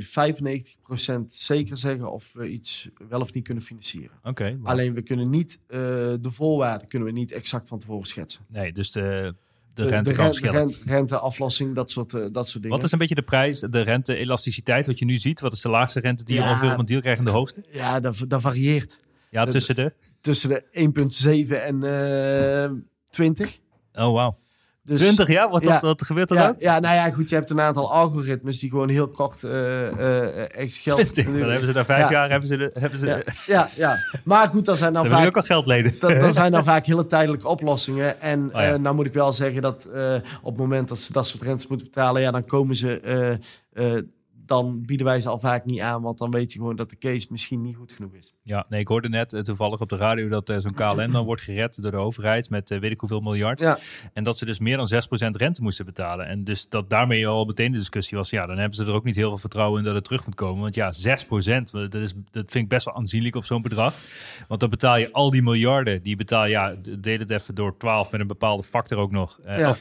95% zeker zeggen of we iets wel of niet kunnen financieren. Oké. Alleen we kunnen niet de voorwaarden kunnen we niet exact van tevoren schetsen. Nee, dus de rente kan verschillen. Renteaflossing, dat soort dingen. Wat is een beetje de prijs, de rente-elasticiteit wat je nu ziet? Wat is de laagste rente die je ongeveer op een deal krijgt en de hoogste? Ja, dat varieert. Ja, tussen de 1,7 en 20. Oh, wauw. Dus, 20, ja? Wat gebeurt er dan? Ja, nou ja, goed. Je hebt een aantal algoritmes die gewoon heel kort echt geld... 20, dan hebben ze daar 5 jaar. Hebben ze Ja. Maar goed, dan zijn dan wil je ook al geld lenen. Dan zijn dan vaak hele tijdelijke oplossingen. En nou moet ik wel zeggen dat op het moment dat ze dat soort rentes moeten betalen, dan komen ze... dan bieden wij ze al vaak niet aan, want dan weet je gewoon dat de case misschien niet goed genoeg is. Ja, nee, ik hoorde net toevallig op de radio dat zo'n KLM dan wordt gered door de overheid met weet ik hoeveel miljard. Ja. En dat ze dus meer dan 6% rente moesten betalen. En dus dat daarmee al meteen de discussie was, dan hebben ze er ook niet heel veel vertrouwen in dat het terug moet komen. Want 6%, dat vind ik best wel aanzienlijk op zo'n bedrag. Want dan betaal je al die miljarden, die betaal deel het even door 12 met een bepaalde factor ook nog.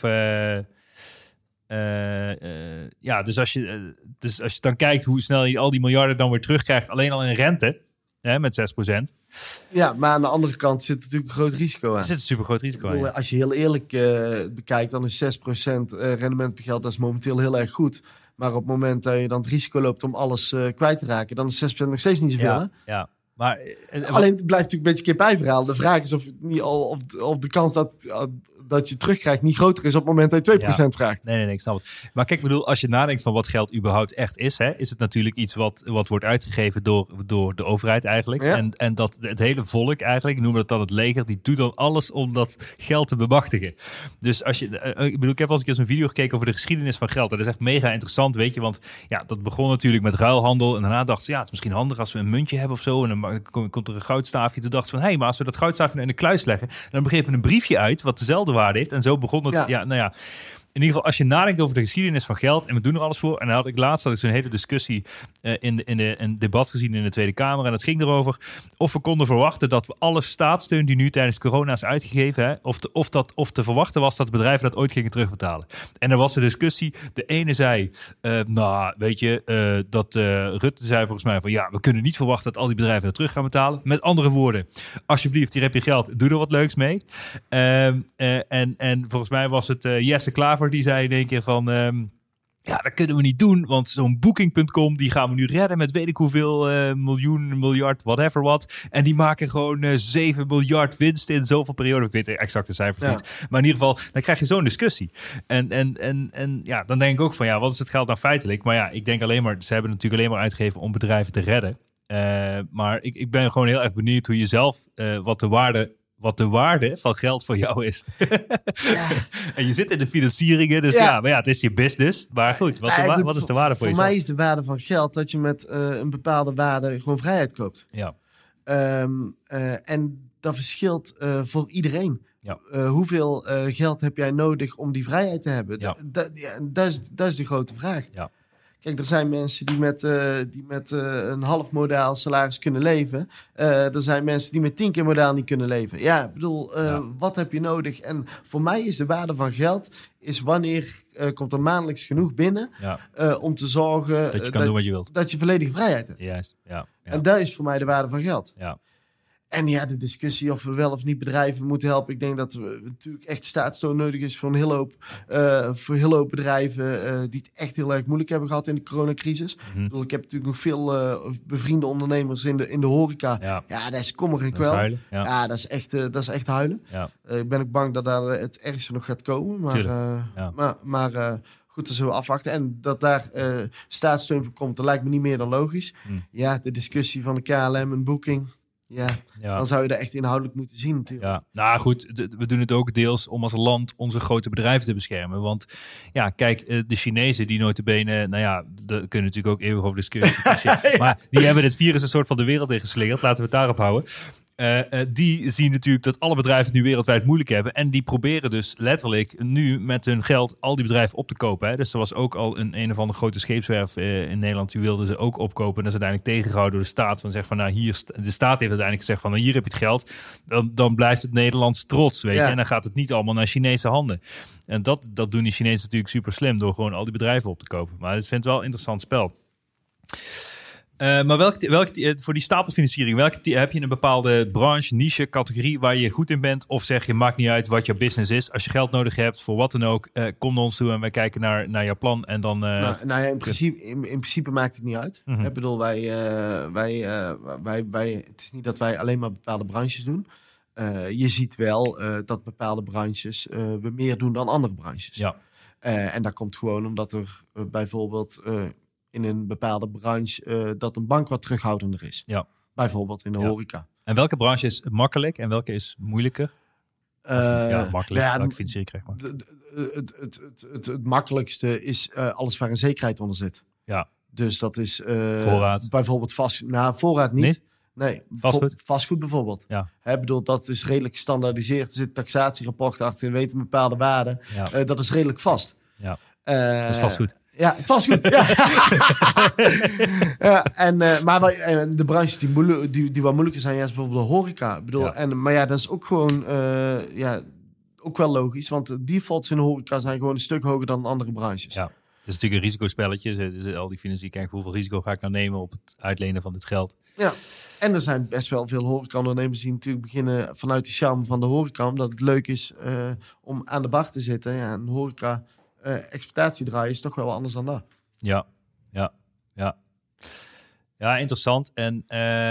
Dus als je dan kijkt hoe snel je al die miljarden dan weer terugkrijgt, alleen al in rente, met 6%. Ja, maar aan de andere kant zit natuurlijk een groot risico aan. Er zit een super groot risico aan. Als je heel eerlijk bekijkt, dan is 6% rendement per geld, dat is momenteel heel erg goed. Maar op het moment dat je dan het risico loopt om alles kwijt te raken, dan is 6% nog steeds niet zoveel. Ja. Maar, alleen het blijft natuurlijk een beetje kip-ei-verhaal. De vraag is of de kans dat je terugkrijgt niet groter is op het moment dat je 2% vraagt. Nee, ik snap het. Maar kijk, ik bedoel, als je nadenkt van wat geld überhaupt echt is, is het natuurlijk iets wat wordt uitgegeven door de overheid eigenlijk. Ja. En dat het hele volk eigenlijk, ik noem dat dan het leger, die doet dan alles om dat geld te bemachtigen. Dus als je, ik heb al eens een keer zo'n video gekeken over de geschiedenis van geld. Dat is echt mega interessant, weet je, want dat begon natuurlijk met ruilhandel en daarna dachten ze, het is misschien handig als we een muntje hebben of zo en dan komt er een goudstaafje. Toen dachten ze van, maar als we dat goudstaafje in de kluis leggen, dan geven we een briefje uit wat dezelfde waarde heeft. En zo begon het. In ieder geval, als je nadenkt over de geschiedenis van geld, en we doen er alles voor. En dan had ik zo'n hele discussie in een debat gezien in de Tweede Kamer. En dat ging erover of we konden verwachten dat we alle staatssteun die nu tijdens corona is uitgegeven, of te verwachten was dat de bedrijven dat ooit gingen terugbetalen. En er was een discussie. De ene zei, Rutte zei volgens mij van, we kunnen niet verwachten dat al die bedrijven dat terug gaan betalen. Met andere woorden, alsjeblieft, hier heb je geld, doe er wat leuks mee. En volgens mij was het Jesse Klaver die zei in één keer van, Ja, dat kunnen we niet doen, want zo'n Booking.com, die gaan we nu redden met weet ik hoeveel miljoen, miljard, whatever wat. En die maken gewoon 7 miljard winst in zoveel periode. Ik weet de exacte cijfers niet. Maar in ieder geval, dan krijg je zo'n discussie. En ja, dan denk ik ook van, ja, wat is het geld nou feitelijk? Maar ja, ik denk alleen maar, ze hebben natuurlijk alleen maar uitgegeven om bedrijven te redden. Maar ik ben gewoon heel erg benieuwd hoe je zelf, wat de waarde van geld voor jou is. En je zit in de financieringen, dus maar ja, het is je business. Maar goed, wat is de waarde voor jezelf? Voor mij is de waarde van geld dat je met een bepaalde waarde gewoon vrijheid koopt. Ja. En dat verschilt voor iedereen. Ja. Hoeveel geld heb jij nodig om die vrijheid te hebben? Ja. Dat is de grote vraag. Ja. Kijk, er zijn mensen die met een half modaal salaris kunnen leven. Er zijn mensen die met 10 keer modaal niet kunnen leven. Ja, ik bedoel, wat heb je nodig? En voor mij is de waarde van geld, is wanneer komt er maandelijks genoeg binnen om te zorgen dat je kan doen wat je wilt. Dat je volledige vrijheid hebt. Juist, ja. En dat is voor mij de waarde van geld. Ja. En ja, de discussie of we wel of niet bedrijven moeten helpen. Ik denk dat er natuurlijk echt staatssteun nodig is voor een heel hoop bedrijven die het echt heel erg moeilijk hebben gehad in de coronacrisis. Mm-hmm. Ik bedoel, ik heb natuurlijk nog veel bevriende ondernemers in de horeca. Ja, dat is kommer en kwel. Huilen, ja, dat is echt huilen. Ja. Ik ben ook bang dat daar het ergste nog gaat komen. Maar goed, dat zullen we afwachten. En dat daar staatssteun voor komt, dat lijkt me niet meer dan logisch. Ja, de discussie van de KLM en Booking. Ja, dan zou je dat echt inhoudelijk moeten zien natuurlijk. Ja, nou goed, we doen het ook deels om als land onze grote bedrijven te beschermen. Want ja, kijk, de Chinezen die notabene, nou ja, daar kunnen natuurlijk ook eeuwig over discussiëren. Maar die hebben dit virus een soort van de wereld ingeslingerd. Laten we het daarop houden. Die zien natuurlijk dat alle bedrijven het nu wereldwijd moeilijk hebben. En die proberen dus letterlijk nu met hun geld al die bedrijven op te kopen. Hè. Dus er was ook al een of andere grote scheepswerf in Nederland. Die wilden ze ook opkopen. En dat is uiteindelijk tegengehouden door de staat. Van zeg van, nou hier, de staat heeft uiteindelijk gezegd van, nou, hier heb je het geld. Dan blijft het Nederlands trots, weet je. En dan gaat het niet allemaal naar Chinese handen. En dat doen die Chinezen natuurlijk super slim door gewoon al die bedrijven op te kopen. Maar ik vind het wel een interessant spel. Maar welke voor die stapelfinanciering, heb je een bepaalde branche, niche, categorie waar je goed in bent? Of zeg je, maakt niet uit wat jouw business is. Als je geld nodig hebt, voor wat dan ook, kom naar ons toe en wij kijken naar jouw plan. En dan, in principe maakt het niet uit. Mm-hmm. Ik bedoel, wij, het is niet dat wij alleen maar bepaalde branches doen. Je ziet wel dat bepaalde branches we meer doen dan andere branches. Ja. En dat komt gewoon omdat er bijvoorbeeld in een bepaalde branche dat een bank wat terughoudender is. Ja. Bijvoorbeeld in de horeca. En welke branche is makkelijk en welke is moeilijker? Makkelijk. Welke financiering krijg je? Het makkelijkste is alles waar een zekerheid onder zit. Ja. Dus dat is voorraad. Bijvoorbeeld voorraad niet. Nee, vastgoed bijvoorbeeld. Ja. Bedoel, dat is redelijk gestandaardiseerd. Er zit taxatierapport achter en weten een bepaalde waarde. Ja. Dat is redelijk vast. Ja. Dat is vastgoed. Ja, vastgoed. Maar de branches die wat moeilijker zijn, is bijvoorbeeld de horeca. Ik bedoel, maar ja, dat is ook gewoon ook wel logisch. Want de defaults in de horeca zijn gewoon een stuk hoger dan andere branches. Ja. Het is natuurlijk een risicospelletje. Dus al die financiën kijken hoeveel risico ga ik nou nemen op het uitlenen van dit geld. Ja, en er zijn best wel veel horeca-ondernemers die natuurlijk beginnen vanuit die charme van de horeca. Omdat het leuk is om aan de bar te zitten. Ja, een horeca exploitatie draaien is toch wel anders dan dat. Ja, interessant. En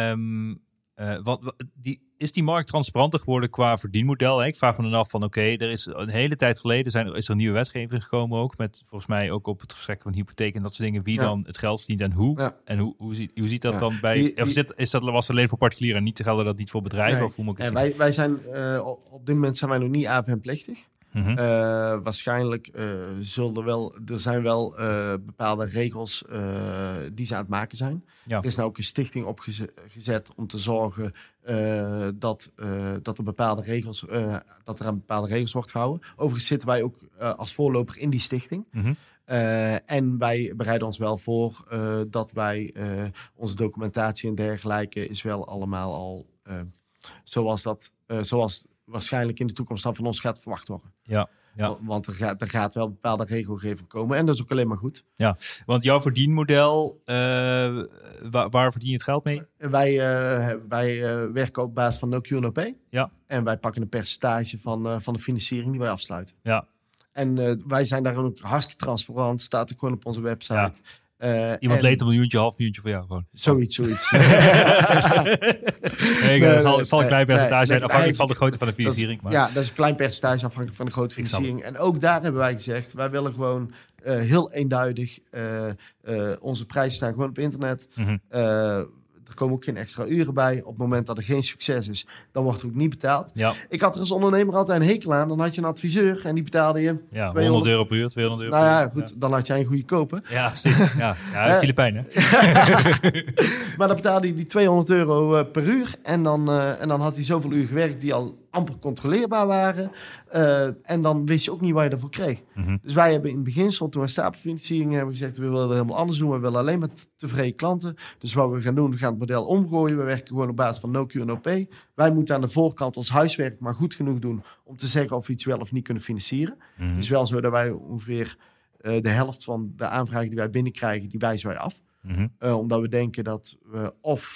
is die markt transparanter geworden qua verdienmodel? Hè? Ik vraag me dan af van er is een hele tijd geleden is er een nieuwe wetgeving gekomen ook. Met volgens mij ook op het verstrekken van hypotheek en dat soort dingen. Wie dan het geld verdient en hoe. Ja. En hoe ziet dat dan bij... was het alleen voor particulieren en niet te gelden dat niet voor bedrijven? Nee. Of hoe moet ik het wij zijn op dit moment zijn wij nog niet AFM-plichtig. Mm-hmm. Waarschijnlijk er zijn wel bepaalde regels die ze aan het maken zijn. Ja. Er is nou ook een stichting opgezet om te zorgen dat er aan bepaalde regels wordt gehouden. Overigens zitten wij ook als voorloper in die stichting. Mm-hmm. En wij bereiden ons wel voor dat wij onze documentatie en dergelijke is wel allemaal al zoals waarschijnlijk in de toekomst dan van ons gaat verwacht worden. Ja. Want er gaat wel bepaalde regelgeving komen. En dat is ook alleen maar goed. Ja, want jouw verdienmodel, waar verdien je het geld mee? Wij werken op basis van no Q, no pay. Ja. En wij pakken een percentage van de financiering die wij afsluiten. Ja. En wij zijn daar ook hartstikke transparant. Staat ook gewoon op onze website. Iemand leent een miljoentje, half miljoentje voor jou gewoon. Zoiets. Zal een klein percentage zijn, afhankelijk van de grootte van de financiering. Ja, dat is een klein percentage afhankelijk van de grootte financiering. En ook daar hebben wij gezegd, wij willen gewoon heel eenduidig. Onze prijzen staan gewoon op internet. Mm-hmm. Er komen ook geen extra uren bij. Op het moment dat er geen succes is, dan wordt er ook niet betaald. Ja. Ik had er als ondernemer altijd een hekel aan. Dan had je een adviseur en die betaalde je Ja, 200 €100 per uur, €200 Nou per ja, uur. goed, dan had jij een goede kopen. Ja, precies. Ja, Filipijnen. Maar dan betaalde hij die €200 per uur. En dan had hij zoveel uur gewerkt die al amper controleerbaar waren. En dan wist je ook niet waar je ervoor kreeg. Mhm. Dus wij hebben in het beginsel, toen we stapelfinanciering hebben gezegd, we willen het helemaal anders doen. We willen alleen maar tevreden klanten. Dus wat we gaan doen, we gaan het model omgooien. We werken gewoon op basis van no Q en no pay. Wij moeten aan de voorkant ons huiswerk maar goed genoeg doen om te zeggen of we iets wel of niet kunnen financieren. Mhm. Het is wel zo dat wij ongeveer de helft van de aanvragen die wij binnenkrijgen, die wijzen wij af. Mhm. Omdat we denken dat we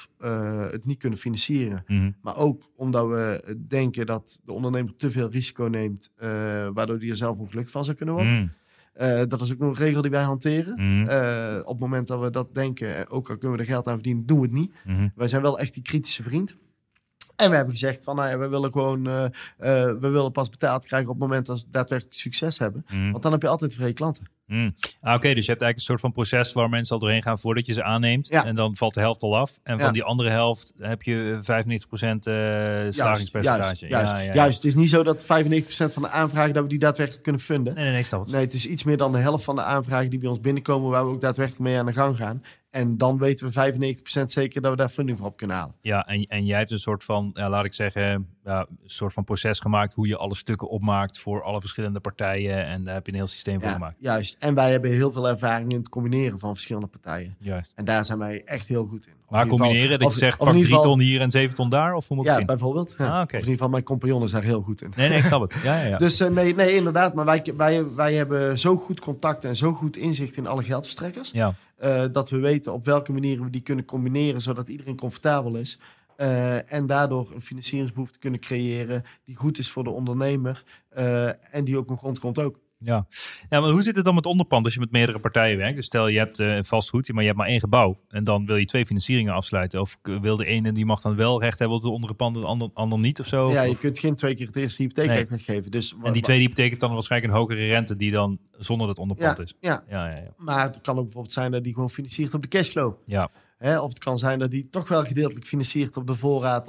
het niet kunnen financieren. Mhm. Maar ook omdat we denken dat de ondernemer te veel risico neemt. Waardoor die er zelf ongelukkig van zou kunnen worden. Mhm. Dat is ook nog een regel die wij hanteren. Mhm. Op het moment dat we dat denken, ook al kunnen we er geld aan verdienen, doen we het niet. Mhm. Wij zijn wel echt die kritische vriend. En we hebben gezegd van, we willen gewoon, we willen pas betaald krijgen op het moment dat we daadwerkelijk succes hebben. Mhm. Want dan heb je altijd tevreden klanten. Oké, dus je hebt eigenlijk een soort van proces waar mensen al doorheen gaan voordat je ze aanneemt. Ja. En dan valt de helft al af. En van Ja. die andere helft heb je 95% slagingspercentage. Juist, het is niet zo dat 95% van de aanvragen dat we die daadwerkelijk kunnen funden. Nee, ik snap het. Nee, het is iets meer dan de helft van de aanvragen die bij ons binnenkomen, waar we ook daadwerkelijk mee aan de gang gaan. En dan weten we 95% zeker dat we daar funding voor op kunnen halen. Ja, en jij hebt een soort van, laat ik zeggen, een soort van proces gemaakt hoe je alle stukken opmaakt voor alle verschillende partijen. En daar heb je een heel systeem voor gemaakt. Juist. En wij hebben heel veel ervaring in het combineren van verschillende partijen. Juist. En daar zijn wij echt heel goed in. Of Maar in ieder geval- combineren, dat of- je zegt of in pak ieder 3 geval- ton hier en 7 ton daar? Of hoe moet ik Ja, het zien? bijvoorbeeld. Ja. Ah, oké. Of in ieder geval, mijn compagnon is daar heel goed in. Nee, ik snap het. Ja. Dus nee, inderdaad. Maar wij hebben zo goed contact en zo goed inzicht in alle geldverstrekkers. Ja. Dat we weten op welke manier we die kunnen combineren, zodat iedereen comfortabel is. En daardoor een financieringsbehoefte kunnen creëren die goed is voor de ondernemer. En die ook een grond komt ook. Ja, maar hoe zit het dan met onderpand als je met meerdere partijen werkt? Dus stel je hebt vastgoed, maar je hebt maar 1 gebouw. En dan wil je 2 financieringen afsluiten. Of wil de ene, die mag dan wel recht hebben op de onderpand, de ander niet of zo? Ja, je Of- kunt geen 2 keer het eerste hypotheek weggeven. Dus, En die tweede hypotheek heeft dan waarschijnlijk een hogere rente die dan zonder dat onderpand is. Ja, Ja. maar het kan ook bijvoorbeeld zijn dat die gewoon financiert op de cashflow. Ja. Of het kan zijn dat die toch wel gedeeltelijk financiert op de voorraad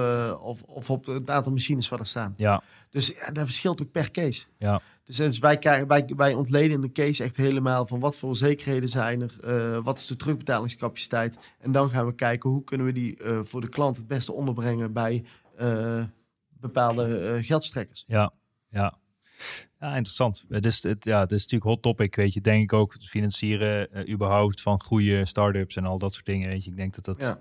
of op het aantal machines wat er staan. Ja. Dus dat verschilt ook per case. Ja. Dus wij ontleden in de case echt helemaal van wat voor zekerheden zijn er, wat is de terugbetalingscapaciteit. En dan gaan we kijken hoe kunnen we die voor de klant het beste onderbrengen bij bepaalde geldstrekkers. Ja, interessant. Het is natuurlijk hot topic, weet je. Denk ik ook het financieren überhaupt van goede start-ups en al dat soort dingen. Weet je. Ik denk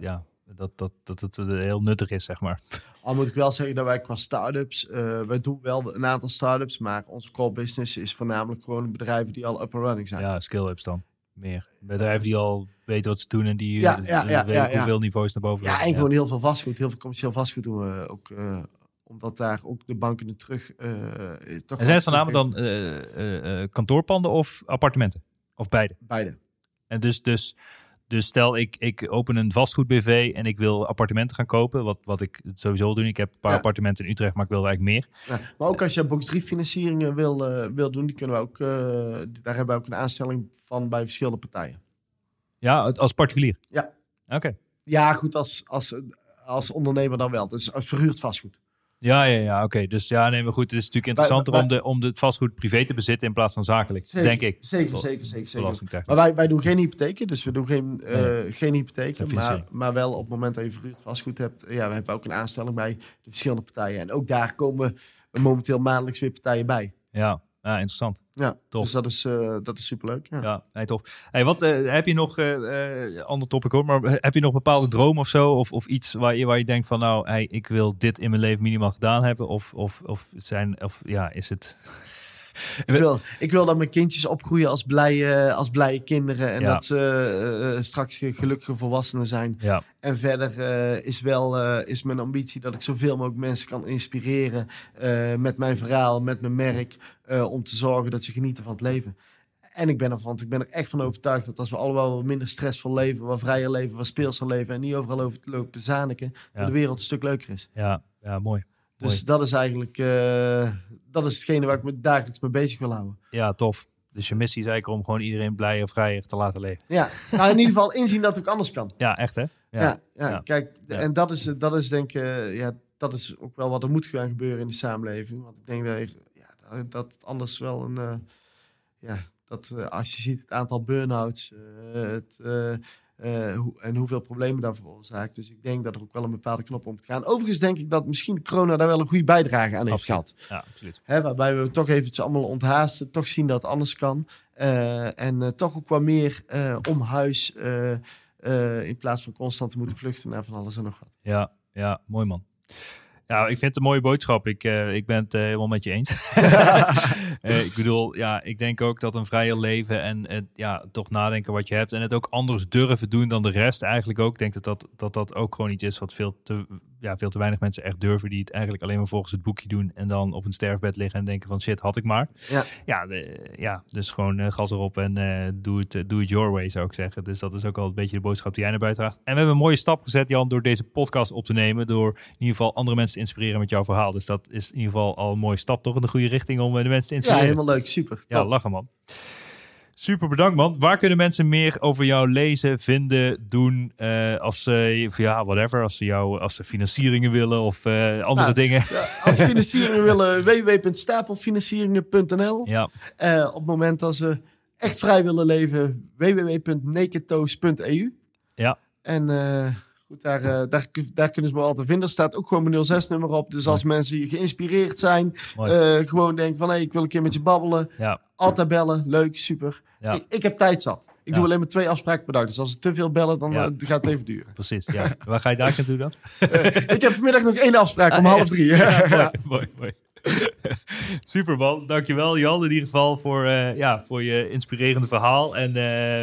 dat het heel nuttig is, zeg maar. Al moet ik wel zeggen dat wij qua start-ups, wij doen wel een aantal start-ups, maar onze core business is voornamelijk gewoon bedrijven die al up and running zijn. Ja, skill-ups dan. Meer. Bedrijven die al weten wat ze doen en die Ja. hoeveel niveaus naar boven Ja, gaan. en gewoon heel veel vastgoed. Heel veel commercieel vastgoed doen we ook. Omdat daar ook de banken het terug... toch En zijn het voornamelijk dan kantoorpanden of appartementen? Of beide? Beide. En dus stel ik open een vastgoed BV en ik wil appartementen gaan kopen. Wat ik sowieso wil doen. Ik heb een paar appartementen in Utrecht, maar ik wil eigenlijk meer. Ja, maar ook als je box 3 financieringen wil doen, die kunnen we ook, daar hebben we ook een aanstelling van bij verschillende partijen. Ja, als particulier? Ja. Oké. Ja, goed, als ondernemer dan wel. Dus als verhuurd vastgoed. Ja, oké. Dus maar goed, het is natuurlijk interessanter om het vastgoed privé te bezitten in plaats van zakelijk, Zeker, denk ik. Zeker. Belastingtechnisch. Maar wij doen geen hypotheken, dus we doen geen hypotheken. Geen financiering. Maar wel op het moment dat je verhuurd vastgoed hebt, we hebben ook een aanstelling bij de verschillende partijen. En ook daar komen momenteel maandelijks weer partijen bij. Ja, interessant. Ja, Tof. dus dat is superleuk. Ja. Ja, nee, tof. Hey, wat heb je nog, ander topic hoor, maar heb je nog bepaalde droom of zo? Of iets waar je denkt van nou, ik wil dit in mijn leven minimaal gedaan hebben? Is het... Ik wil dat mijn kindjes opgroeien als blije kinderen. En Ja. dat ze straks gelukkige volwassenen zijn. Ja, En verder is mijn ambitie dat ik zoveel mogelijk mensen kan inspireren met mijn verhaal, met mijn merk, om te zorgen dat ze genieten van het leven. En ik ben er echt van overtuigd dat als we allemaal wat minder stressvol leven, wat vrijer leven, wat speelser leven en niet overal over te lopen zaniken, dat de wereld een stuk leuker is. ja, mooi. Dus dat is eigenlijk dat is hetgene waar ik me dagelijks mee bezig wil houden. Ja, tof. Dus je missie is eigenlijk om gewoon iedereen blijer, vrijer te laten leven. Ja, nou in ieder geval inzien dat het ook anders kan. Ja, echt hè? Ja, Ja. kijk, Ja. en dat is denk ik, dat is ook wel wat er moet gaan gebeuren in de samenleving. Want ik denk dat het anders wel een, als je ziet het aantal burn-outs en hoeveel problemen daar veroorzaakt. Dus ik denk dat er ook wel een bepaalde knop om te gaan. Overigens denk ik dat misschien corona daar wel een goede bijdrage aan heeft Absoluut. gehad. Ja, absoluut. Waarbij we toch eventjes allemaal onthaasten, toch zien dat het anders kan. En toch ook wat meer om huis in plaats van constant te moeten vluchten naar van alles en nog wat. Ja, mooi man. Ja, ik vind het een mooie boodschap. Ik ben het helemaal met je eens. Ik bedoel, ik denk ook dat een vrijer leven en toch nadenken wat je hebt en het ook anders durven doen dan de rest eigenlijk ook. Ik denk dat ook gewoon iets is wat veel te weinig mensen echt durven, die het eigenlijk alleen maar volgens het boekje doen en dan op een sterfbed liggen en denken van shit, had ik maar. Dus gewoon gas erop en doe it your way, zou ik zeggen. Dus dat is ook al een beetje de boodschap die jij naar buiten draagt. En we hebben een mooie stap gezet, Jan, door deze podcast op te nemen, door in ieder geval andere mensen te inspireren met jouw verhaal. Dus dat is in ieder geval al een mooie stap, toch in de goede richting om de mensen te Ja, inspireren. helemaal leuk. Super. Ja, Top. lachen man. Super bedankt man. Waar kunnen mensen meer over jou lezen, vinden, doen als ze financieringen willen of andere dingen? Ja, als ze financieringen willen, www.stapelfinancieringen.nl. Ja, Op het moment dat ze echt vrij willen leven, www.nakedtoast.eu. ja. En goed, daar kunnen ze me altijd vinden. Er staat ook gewoon mijn 06-nummer op. Dus als mensen geïnspireerd zijn, Mooi. gewoon denken van, ik wil een keer met je babbelen. Ja, Altijd bellen, leuk, super. Ja. Ik heb tijd zat. Ik doe alleen maar 2 afspraken per dag. Dus als ze te veel bellen, dan gaat het even duren. precies. Ja. Waar ga je daar naartoe dan? Ik heb vanmiddag nog 1 afspraak om 2:30. Ja, mooi. Super man. Dankjewel Jan in ieder geval voor je inspirerende verhaal. En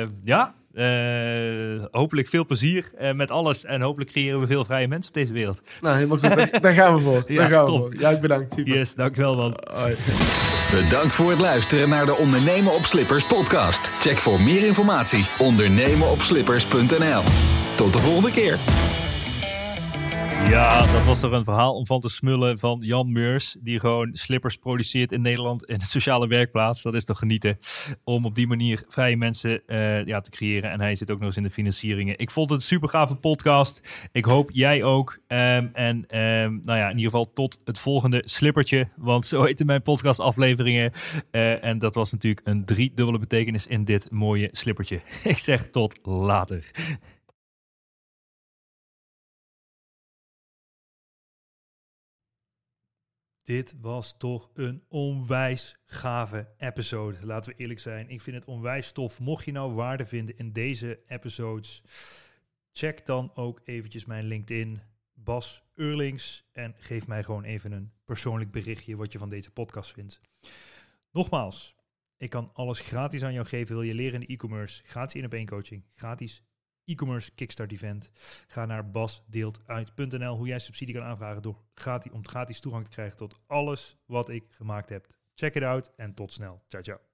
hopelijk veel plezier met alles. En hopelijk creëren we veel vrije mensen op deze wereld. Nou, helemaal goed. Daar gaan we voor. Ja, Daar gaan we top. voor. Ja, bedankt. Super. Yes, dankjewel man. Hoi. Bedankt voor het luisteren naar de Ondernemen op Slippers podcast. Check voor meer informatie ondernemenopslippers.nl. Tot de volgende keer. Ja, dat was toch een verhaal om van te smullen van Jan Meurs, die gewoon slippers produceert in Nederland in een sociale werkplaats. Dat is toch genieten om op die manier vrije mensen te creëren. En hij zit ook nog eens in de financieringen. Ik vond het een super gave podcast. Ik hoop jij ook. In ieder geval tot het volgende slippertje, want zo heten mijn podcast afleveringen. En dat was natuurlijk een 3-dubbele betekenis in dit mooie slippertje. Ik zeg tot later. Dit was toch een onwijs gave episode. Laten we eerlijk zijn. Ik vind het onwijs tof. Mocht je nou waarde vinden in deze episodes, check dan ook eventjes mijn LinkedIn, Bas Eurlings, en geef mij gewoon even een persoonlijk berichtje wat je van deze podcast vindt. Nogmaals, ik kan alles gratis aan jou geven. Wil je leren in de e-commerce? Gratis 1-op-1 coaching. Gratis e-commerce kickstart event. Ga naar basdeeltuit.nl hoe jij subsidie kan aanvragen om gratis toegang te krijgen tot alles wat ik gemaakt heb. Check it out en tot snel. Ciao, ciao.